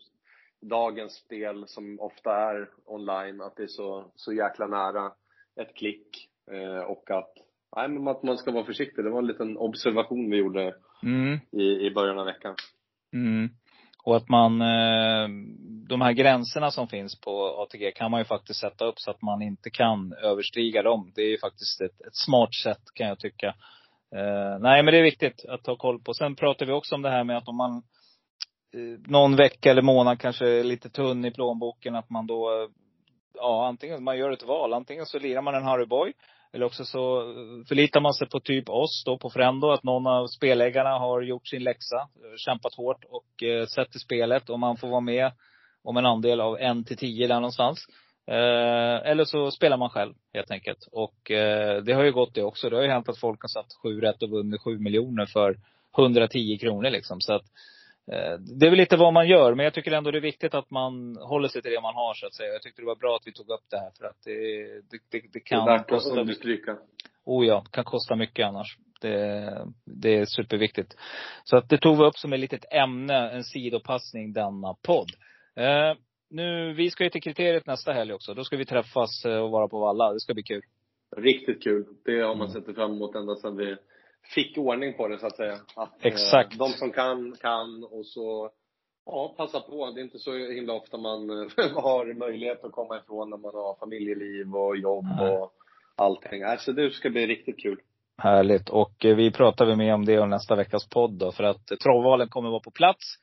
dagens spel som ofta är online. Att det är så, så jäkla nära ett klick. Eh, och att, nej, men att man ska vara försiktig. Det var en liten observation vi gjorde Mm. i, i början av veckan. Mm. Och att man, eh, de här gränserna som finns på A T G kan man ju faktiskt sätta upp så att man inte kan överstiga dem. Det är ju faktiskt ett, ett smart sätt, kan jag tycka. Eh, nej, men det är viktigt att ta koll på. Sen pratar vi också om det här med att om man eh, någon vecka eller månad kanske är lite tunn i plånboken, att man då, eh, ja, antingen man gör ett val. Antingen så lirar man en Harry Boy, eller också så förlitar man sig på typ oss då på Frendo, att någon av spelägarna har gjort sin läxa, kämpat hårt och eh, sett i spelet, och man får vara med om en andel av en till tio där någonstans. Eh, eller så spelar man själv helt enkelt. Och eh, det har ju gått det också. Det har ju hänt att folk har satt sju rätt och vunnit sju miljoner för hundratio kronor liksom. Så att eh, det är väl lite vad man gör. Men jag tycker ändå det är viktigt att man håller sig till det man har, så att säga. Jag tyckte det var bra att vi tog upp det här, för att det, det, det, det kan det är värt att kosta understryka. Oh ja, kan kosta mycket annars. Det, det är superviktigt. Så att det tog vi upp som ett litet ämne, en sidopassning denna podd. Eh, nu, vi ska ju till kriteriet nästa helg också. Då ska vi träffas och vara på Valla. Det ska bli kul. Riktigt kul. Det har man sett fram emot ända sedan vi fick ordning på det, så att säga. Att, Exakt. Eh, de som kan, kan. Och så, ja, passa på. Det är inte så himla ofta man har möjlighet att komma ifrån när man har familjeliv och jobb Nej. och allting. Alltså det ska bli riktigt kul. Härligt. Och eh, vi pratar vi med om det och nästa veckas podd då. För att eh, travvalen kommer vara på plats.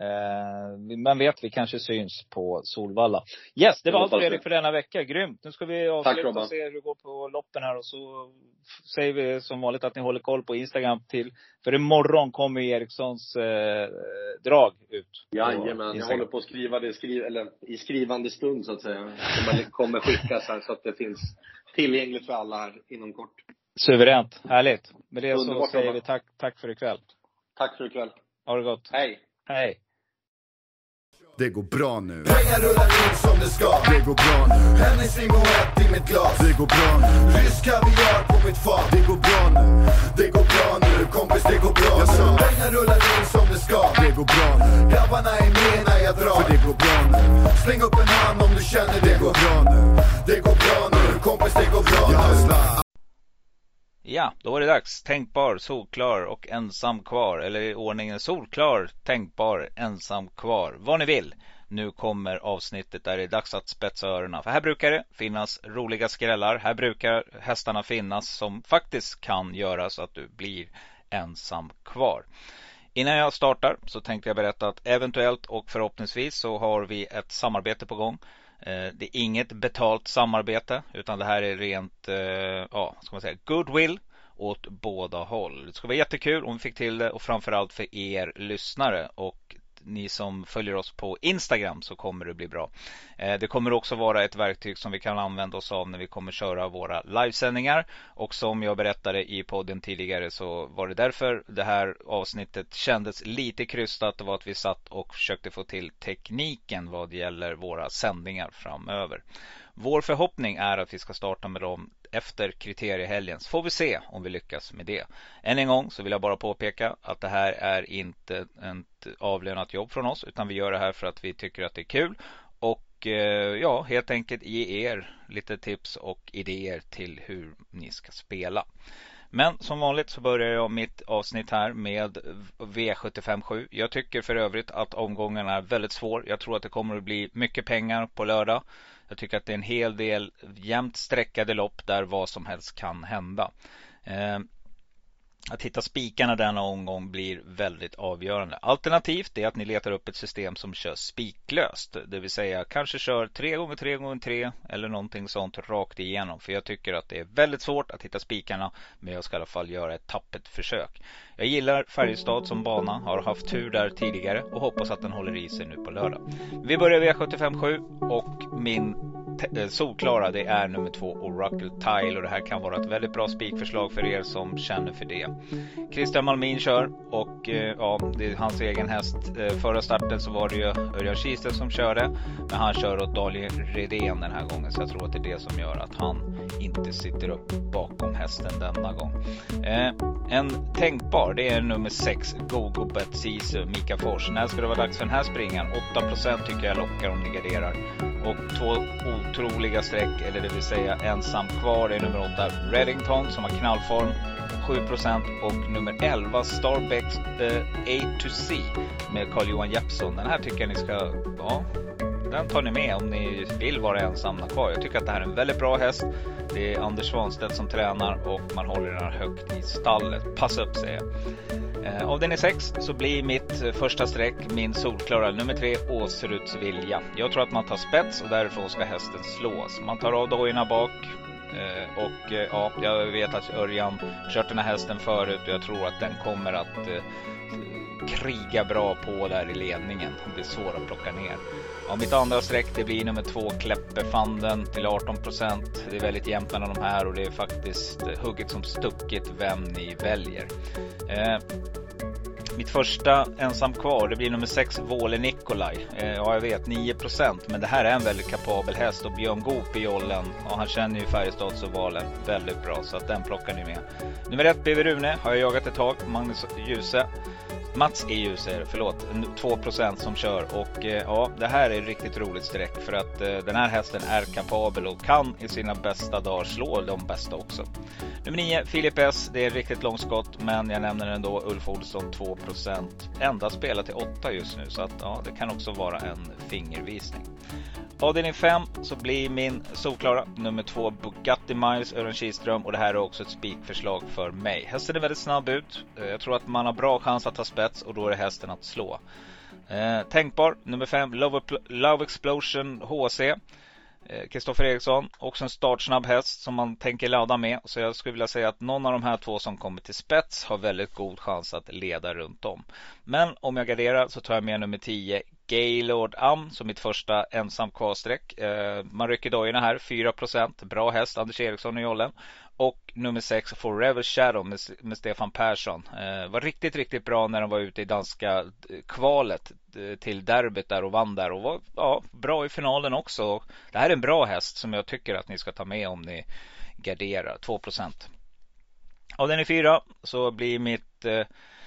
Eh, man vet, vi kanske syns på Solvalla. Yes, det var allt Fredrik för denna vecka. Grymt. Nu ska vi avsluta och se hur det går på loppen här. Och så säger vi som vanligt att ni håller koll på Instagram till. För imorgon kommer Erikssons eh, drag ut. Jajamän, jag håller på att skriva det skriv, eller, i skrivande stund, så att säga. Det kommer skickas här så att det finns tillgängligt för alla här inom kort. Suveränt, härligt. Med det Underbart, så säger Robert. vi tack, tack för ikväll. Tack för ikväll. Ha det gott. Hej. Hej. Det går bra nu. Pengar rullar in som det ska. Det går bra nu. Hennes limoett i mitt glas. Det går bra nu. Rysk kaviar på mitt fat. Det går bra nu. Det går bra nu, kompis, det går bra nu. Pengar rullar in som det ska. Det går bra nu. Grabbarna är med när jag drar. För det går bra nu. Släng upp en hand om du känner det. Det går bra nu. Det går bra nu, kompis, det går bra Jag nu. hustlar. Ja, då är det dags. Tänkbar, solklar och ensam kvar. Eller i ordningen solklar, tänkbar, ensam kvar. Vad ni vill. Nu kommer avsnittet där det är dags att spetsa öronen. För här brukar det finnas roliga skrällar. Här brukar hästarna finnas som faktiskt kan göra så att du blir ensam kvar. Innan jag startar så tänkte jag berätta att eventuellt och förhoppningsvis så har vi ett samarbete på gång. Det är inget betalt samarbete, utan det här är rent, ja, ska man säga, goodwill åt båda håll. Det ska vara jättekul om vi fick till det, och framförallt för er lyssnare och ni som följer oss på Instagram, så kommer det bli bra. Det kommer också vara ett verktyg som vi kan använda oss av när vi kommer köra våra livesändningar. Och som jag berättade i podden tidigare så var det därför det här avsnittet kändes lite krystat. Det var att vi satt och försökte få till tekniken vad gäller våra sändningar framöver. Vår förhoppning är att vi ska starta med dem efter kriteriehelgen. Så får vi se om vi lyckas med det. Än en gång så vill jag bara påpeka att det här är inte ett avlönat jobb från oss, utan vi gör det här för att vi tycker att det är kul. Och ja, helt enkelt ge er lite tips och idéer till hur ni ska spela. Men som vanligt så börjar jag mitt avsnitt här med V sjuttiofem sju. Jag tycker för övrigt att omgången är väldigt svår. Jag tror att det kommer att bli mycket pengar på lördag. Jag tycker att det är en hel del jämnt sträckade lopp där vad som helst kan hända. Eh, att hitta spikarna denna omgång blir väldigt avgörande. Alternativt är att ni letar upp ett system som kör spiklöst. Det vill säga kanske kör tre gånger tre gånger tre eller någonting sånt rakt igenom. För jag tycker att det är väldigt svårt att hitta spikarna, men jag ska i alla fall göra ett tappert försök. Jag gillar Färjestad som bana, har haft tur där tidigare och hoppas att den håller i sig nu på lördag. Vi börjar V sjuttiofem sju och min solklara det är nummer två Oracle Tile, och det här kan vara ett väldigt bra spikförslag för er som känner för det. Christian Malmin kör och ja, det är hans egen häst. Förra starten så var det ju Örjan Kihlstedt som körde, men han kör åt Daniel Redén den här gången, så jag tror att det är det som gör att han inte sitter upp bakom hästen denna gång. Eh, en tänkbar det är nummer sex Gogo Betsisu Mika Fors. När ska det vara dags för den här springan? åtta procent tycker jag lockar om ni garderar. Och två otroliga streck, eller det vill säga ensam kvar, det är nummer åtta Reddington som har knallform, sju procent, och nummer elva Starbex eh, A to C med Carl-Johan Jeppsson. Den här tycker jag ni ska, ja, den tar ni med om ni vill vara ensamma kvar. Jag tycker att det här är en väldigt bra häst. Det är Anders Svanstedt som tränar och man håller den här högt i stallet. Passa upp, säger jag. Eh, av den är sex så blir mitt första streck min solklara nummer tre Åseruds Vilja. Jag tror att man tar spets och därifrån ska hästen slås. Man tar av dojorna bak. Eh, och eh, ja, jag vet att Örjan kört den här hästen förut och jag tror att den kommer att eh, kriga bra på där i ledningen. Det blir svårt att plocka ner. Ja, mitt andra streck det blir nummer två Kläppefanden till arton procent. Det är väldigt jämnt mellan de här och det är faktiskt hugget som stucket vem ni väljer. Eh, mitt första ensam kvar det blir nummer sex Våle Nikolaj. Eh, ja, jag vet nio procent, men det här är en väldigt kapabel häst och Björn Goop i jollen. Och han känner ju Färjestads och Valen väldigt bra, så att den plockar ni med. Nummer ett B V Rune har jag jagat ett tag. Magnus Djuse. Mats E. Djuse, förlåt, två procent som kör. Och eh, ja, det här är riktigt roligt streck för att eh, den här hästen är kapabel och kan i sina bästa dagar slå de bästa också. Nummer nio Filip S. Det är riktigt långskott, men jag nämner ändå Ulf Olsson två procent. Enda spelar till åtta just nu, så att ja, det kan också vara en fingervisning. Avdelning fem så blir min solklara nummer två Bugatti Miles Örjan Kihlström, och det här är också ett spikförslag för mig. Hästen är väldigt snabb ut. Jag tror att man har bra chans att ta spets och då är det hästen att slå. Eh, tänkbar nummer fem Love, Love Explosion H C. Kristoffer Eriksson, också en startsnabb häst som man tänker ladda med. Så jag skulle vilja säga att någon av de här två som kommer till spets har väldigt god chans att leda runt om. Men om jag garderar så tar jag med nummer tio Gaylord Am som mitt första ensam kvarsträck. Eh, man rycker dojorna här, fyra procent. Bra häst, Anders Eriksson i jollen. Och nummer sex Forever Shadow med, med Stefan Persson. Eh, var riktigt, riktigt bra när de var ute i danska kvalet till derbyt där och vann där. Och var ja, bra i finalen också. Det här är en bra häst som jag tycker att ni ska ta med om ni garderar. två procent. Av den är fyra så blir mitt... Eh,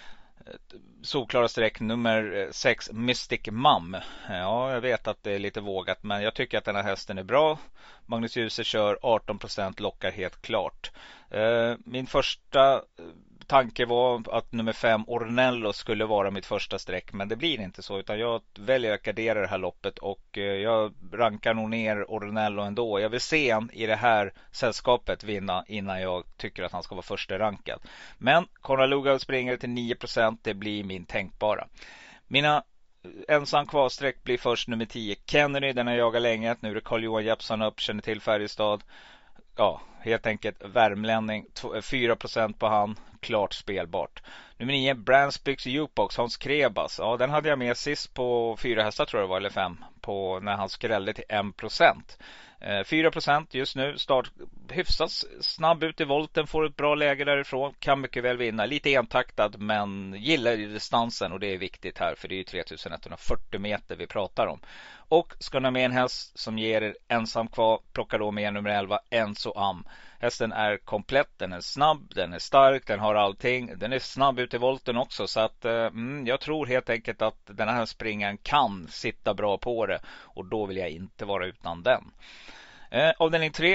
solklara streck nummer sex Mystic Mum. Ja, jag vet att det är lite vågat, men jag tycker att den här hästen är bra. Magnus Djuse kör arton procent, lockar helt klart. Min första tanke var att nummer fem Ornello skulle vara mitt första streck, men det blir inte så, utan jag väljer att gardera det här loppet och jag rankar nog ner Ornello ändå. Jag vill se han i det här sällskapet vinna innan jag tycker att han ska vara första rankad. Men Conrad Lugauer springer till nio procent, det blir min tänkbara. Mina ensam kvarsträck blir först nummer tio Kennedy, den har jag jagat länge. Nu är det Carl-Johan Jeppsson upp, känner till Färjestad. Ja, helt enkelt värmlänning, fyra procent på han, klart spelbart. Nummer nio Bransbyggs Jukebox, Hans Krebas. Ja, den hade jag med sist på fyra hästar tror jag det var, eller fem, på när han skrällde till en procent. fyra procent just nu, start hyfsat snabb ut i volten, får ett bra läge därifrån, kan mycket väl vinna, lite entaktad men gillar ju distansen och det är viktigt här för det är ju tre tusen etthundrafyrtio meter vi pratar om. Och ska ni ha med en häst som ger er ensam kvar, plocka då med nummer elva Enzo Am. Hästen är komplett, den är snabb, den är stark, den har allting, den är snabb ut i volten också, så att mm, jag tror helt enkelt att den här springen kan sitta bra på det och då vill jag inte vara utan den. Eh, avdelning tre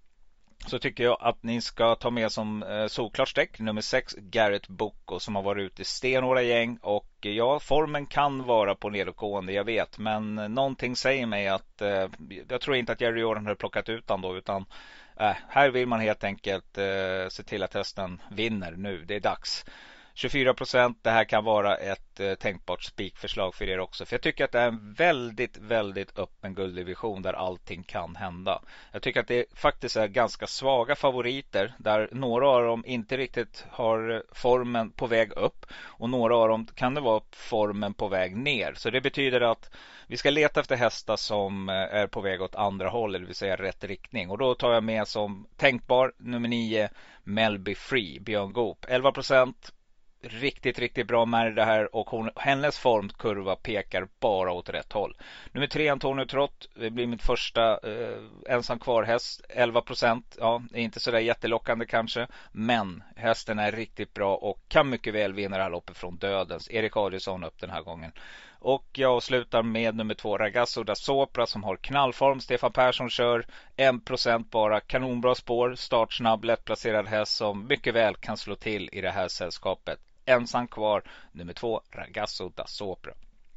så tycker jag att ni ska ta med som eh, solklart streck nummer sex Garrett Boko som har varit ute i stenhårda gäng och ja, formen kan vara på nedåtgående, jag vet, men någonting säger mig att eh, jag tror inte att Jerry Jordan har plockat ut han då, utan Äh, här vill man helt enkelt eh, se till att hästen vinner nu. Det är dags. tjugofyra procent, det här kan vara ett eh, tänkbart spikförslag för er också. För jag tycker att det är en väldigt, väldigt öppen gulddivision där allting kan hända. Jag tycker att det faktiskt är ganska svaga favoriter där några av dem inte riktigt har formen på väg upp och några av dem kan det vara formen på väg ner. Så det betyder att vi ska leta efter hästar som är på väg åt andra håll, det vill säga rätt riktning. Och då tar jag med som tänkbar nummer nio, Melby Free, Björn Goop. elva procent. Riktigt, riktigt bra med det här och hon, hennes formkurva pekar bara åt rätt håll. Nummer tre, Antonio Trott, det blir mitt första eh, ensam kvar häst, elva procent. Ja, det är inte så där jättelockande kanske, men hästen är riktigt bra och kan mycket väl vinna det här loppet från dödens. Erik Adielsson upp den här gången. Och jag avslutar med nummer två, Ragazzo da Sopra som har knallform. Stefan Persson kör en procent bara. Kanonbra spår, startsnabb, lättplacerad häst som mycket väl kan slå till i det här sällskapet. Ensam kvar, nummer två, Ragazzo da Sopra.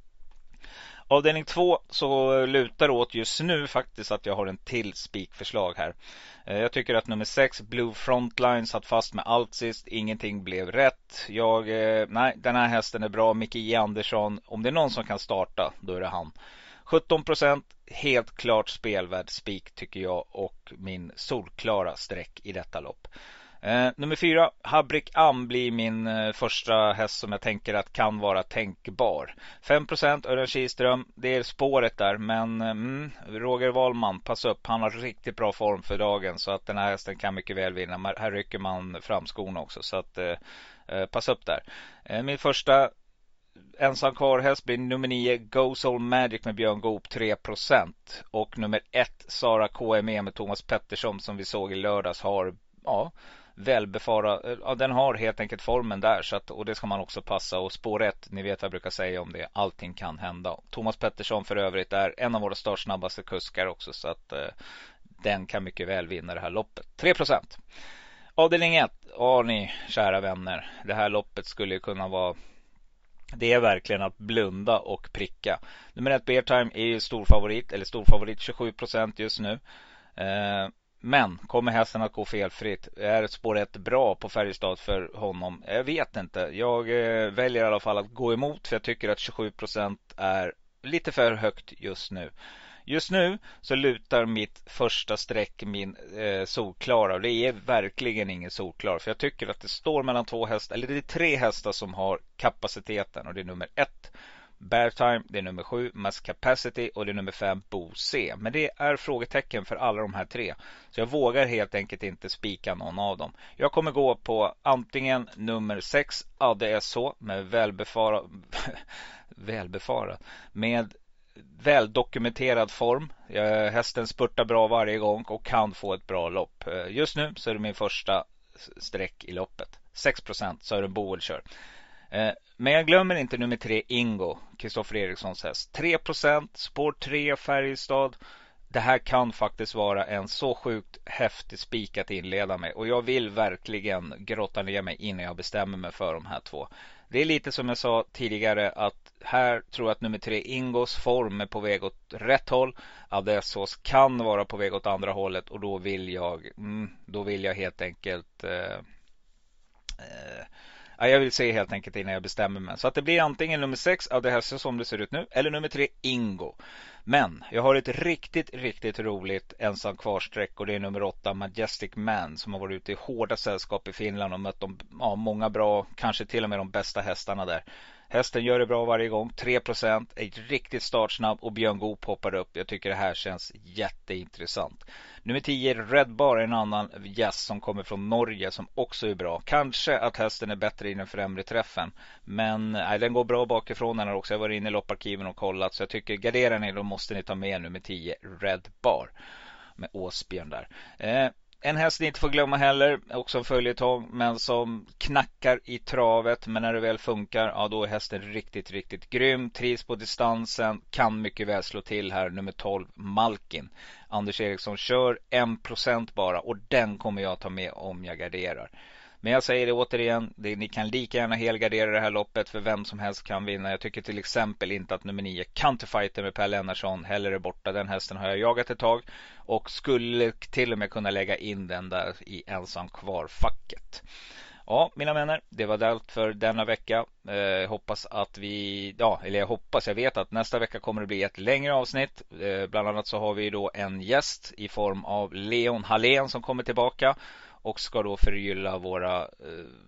Avdelning två så lutar åt just nu faktiskt att jag har en till spikförslag här. Jag tycker att nummer sex, Blue Frontline, satt fast med allt sist. Ingenting blev rätt. Jag, nej, den här hästen är bra. Micke J. Andersson, om det är någon som kan starta, då är det han. sjutton procent, helt klart spelvärd spik tycker jag och min solklara streck i detta lopp. Eh, nummer fyra, Habrik Am blir min eh, första häst som jag tänker att kan vara tänkbar. fem procent Örjan Kihlström, det är spåret där, men mm, Roger Wahlman, pass upp, han har riktigt bra form för dagen så att den här hästen kan mycket väl vinna. Men här rycker man fram skorna också så att eh, pass upp där. Eh, min första ensam kvar häst blir nummer nio, Go Soul Magic med Björn Goop, tre procent. Och nummer ett, Sara K M E med Thomas Pettersson som vi såg i lördags har, ja, välbefara, ja, den har helt enkelt formen där så att, och det ska man också passa. Och spår ett, ni vet vad jag brukar säga om det, allting kan hända. Thomas Pettersson för övrigt är en av våra startsnabbaste kuskar också så att eh, den kan mycket väl vinna det här loppet. tre procent. Avdelning ett, ja ni kära vänner, det här loppet skulle ju kunna vara, det är verkligen att blunda och pricka. Nummer ett, Beartime, är ju stor favorit, eller stor favorit, tjugosju procent just nu. Eh, Men kommer hästen att gå felfritt? Är spår ett bra på Färjestad för honom? Jag vet inte. Jag eh, väljer i alla fall att gå emot för jag tycker att tjugosju procent är lite för högt just nu. Just nu så lutar mitt första streck min eh, solklara. Och det är verkligen ingen solklar. För jag tycker att det står mellan två hästar. Eller det är tre hästar som har kapaciteten. Och det är nummer ett, Beartime, det är nummer sju, Mass Capacity och det är nummer fem, Bo C. Men det är frågetecken för alla de här tre. Så jag vågar helt enkelt inte spika någon av dem. Jag kommer gå på antingen nummer sex, A D S H med välbefara, välbefara med väldokumenterad form. Hästen spurtar bra varje gång och kan få ett bra lopp. Just nu så är det min första streck i loppet. sex procent Sören Boel kör. Men jag glömmer inte nummer tre, Ingo, Kristoffer Erikssons häst. tre procent, spår tre, Färjestad. Det här kan faktiskt vara en så sjukt häftig spik att inleda med. Och jag vill verkligen grotta ner mig innan jag bestämmer mig för de här två. Det är lite som jag sa tidigare att här tror jag att nummer tre, Ingos form är på väg åt rätt håll. Adessos kan vara på väg åt andra hållet och då vill jag, mm, då vill jag helt enkelt... Eh, eh, Ja, jag vill se helt enkelt innan jag bestämmer mig. Så att det blir antingen nummer sex av det här som det ser ut nu. Eller nummer tre, Ingo. Men jag har ett riktigt, riktigt roligt ensam kvarsträck. Och det är nummer åtta, Majestic Man. Som har varit ute i hårda sällskap i Finland. Och mött de, ja, många bra, kanske till och med de bästa hästarna där. Hästen gör det bra varje gång. tre procent, är riktigt startsnabb. Och Björn Goop hoppar upp. Jag tycker det här känns jätteintressant. Nummer tio, Red Bar, en annan gäst som kommer från Norge som också är bra. Kanske att hästen är bättre i den främre träffen. Men nej, den går bra bakifrån den här också. Jag var inne i lopparkiven och kollat. Så jag tycker, garderar ni, då måste ni ta med nummer tio, Red Bar. Med Åsbjörn där. Eh, En häst ni inte får glömma heller, också en följetong, men som knackar i travet. Men när det väl funkar, ja då är hästen riktigt, riktigt grym. Trivs på distansen, kan mycket väl slå till här. Nummer tolv, Malkin. Anders Eriksson kör en procent bara och den kommer jag ta med om jag garderar. Men jag säger det återigen, det, ni kan lika gärna helgardera det här loppet, för vem som helst kan vinna. Jag tycker till exempel inte att nummer nio Counterfighter med Per Lennartsson heller är borta. Den hästen har jag jagat ett tag och skulle till och med kunna lägga in den där i ensam kvar-facket. Ja, mina vänner, det var allt för denna vecka. Eh, hoppas att vi, ja, eller jag hoppas, jag vet att nästa vecka kommer det bli ett längre avsnitt. Eh, bland annat så har vi då en gäst i form av Leon Hallén som kommer tillbaka och ska då förgylla våra eh,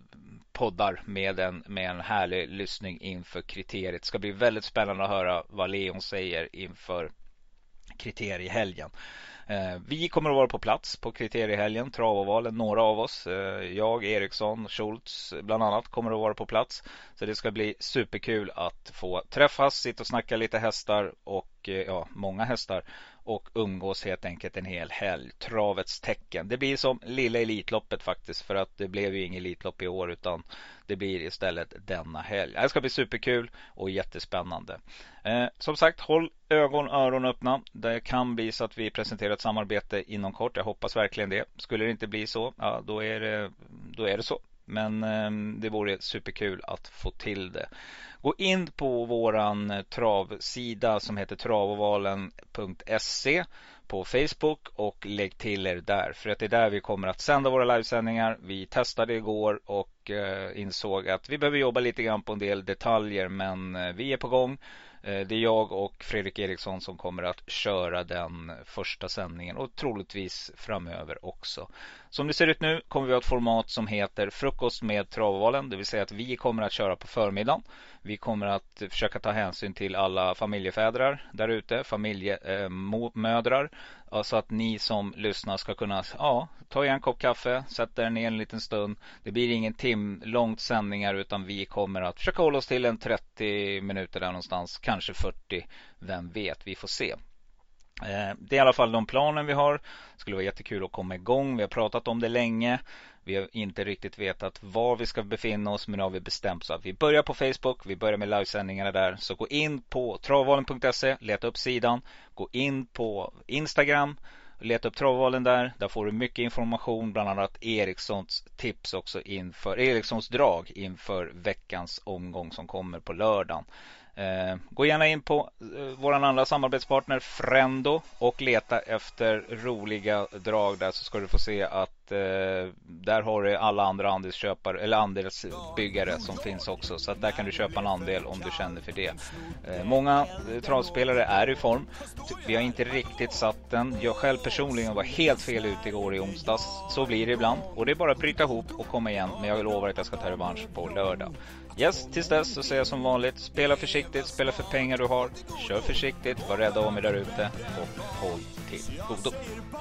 poddar med en, med en härlig lyssning inför kriteriet. Det ska bli väldigt spännande att höra vad Leon säger inför kriteriehelgen. Vi kommer att vara på plats på kriteriehelgen, Travovalen, några av oss. Jag, Eriksson, Schultz bland annat kommer att vara på plats. Så det ska bli superkul att få träffas, sitta och snacka lite hästar och ja, många hästar. Och umgås helt enkelt en hel helg. Travets tecken. Det blir som lilla elitloppet faktiskt. För att det blev ju ingen elitlopp i år, utan det blir istället denna helg. Det ska bli superkul och jättespännande. Eh, som sagt, håll ögon och öron öppna. Det kan bli så att vi presenterar ett samarbete inom kort. Jag hoppas verkligen det. Skulle det inte bli så, ja, då är det, då är det så. Men eh, det vore superkul att få till det. Gå in på våran travsida som heter travovalen punkt se på Facebook och lägg till er där. För att det är där vi kommer att sända våra livesändningar. Vi testade igår och eh, insåg att vi behöver jobba lite grann på en del detaljer. Men eh, vi är på gång. Eh, det är jag och Fredrik Eriksson som kommer att köra den första sändningen. Och troligtvis framöver också. Som det ser ut nu kommer vi ha ett format som heter Frukost med Travovalen. Det vill säga att vi kommer att köra på förmiddagen. Vi kommer att försöka ta hänsyn till alla familjefädrar där ute, familjemödrar, eh, så att ni som lyssnar ska kunna ja, ta en kopp kaffe, sätta er ner en liten stund. Det blir ingen tim långt sändningar, utan vi kommer att försöka hålla oss till en trettio minuter där någonstans, kanske fyrtio, vem vet, vi får se. Det är i alla fall de planen vi har. Det skulle vara jättekul att komma igång. Vi har pratat om det länge. Vi har inte riktigt vetat var vi ska befinna oss, men nu har vi bestämt så att vi börjar på Facebook. Vi börjar med livesändningarna där. Så gå in på travovalen punkt se, leta upp sidan. Gå in på Instagram, leta upp Travovalen där. Där får du mycket information, bland annat Erikssons tips också inför Erikssons drag inför veckans omgång som kommer på lördagen. Eh, gå gärna in på eh, våran andra samarbetspartner Frendo och leta efter roliga drag där, så ska du få se att eh, där har du alla andra andelsköpare eller andelsbyggare som finns också, så att där kan du köpa en andel om du känner för det. Eh, många eh, travspelare är i form. Vi har inte riktigt satt den. Jag själv personligen var helt fel ute igår i onsdags. Så blir det ibland och det är bara att bryta ihop och komma igen, men jag lovar att jag ska ta revansch på lördag. Yes, tills dess så säger jag som vanligt, spela försiktigt, spela för pengar du har, kör försiktigt, var rädda om er där ute och håll till godo.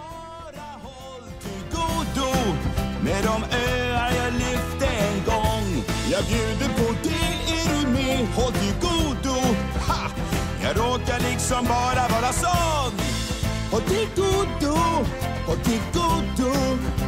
Godo med de öar jag lyfte en gång. Jag bjuder på det, är du med? Håll till godo. Ha! Jag råkar liksom bara vara sån. Håll till godo, håll till godo.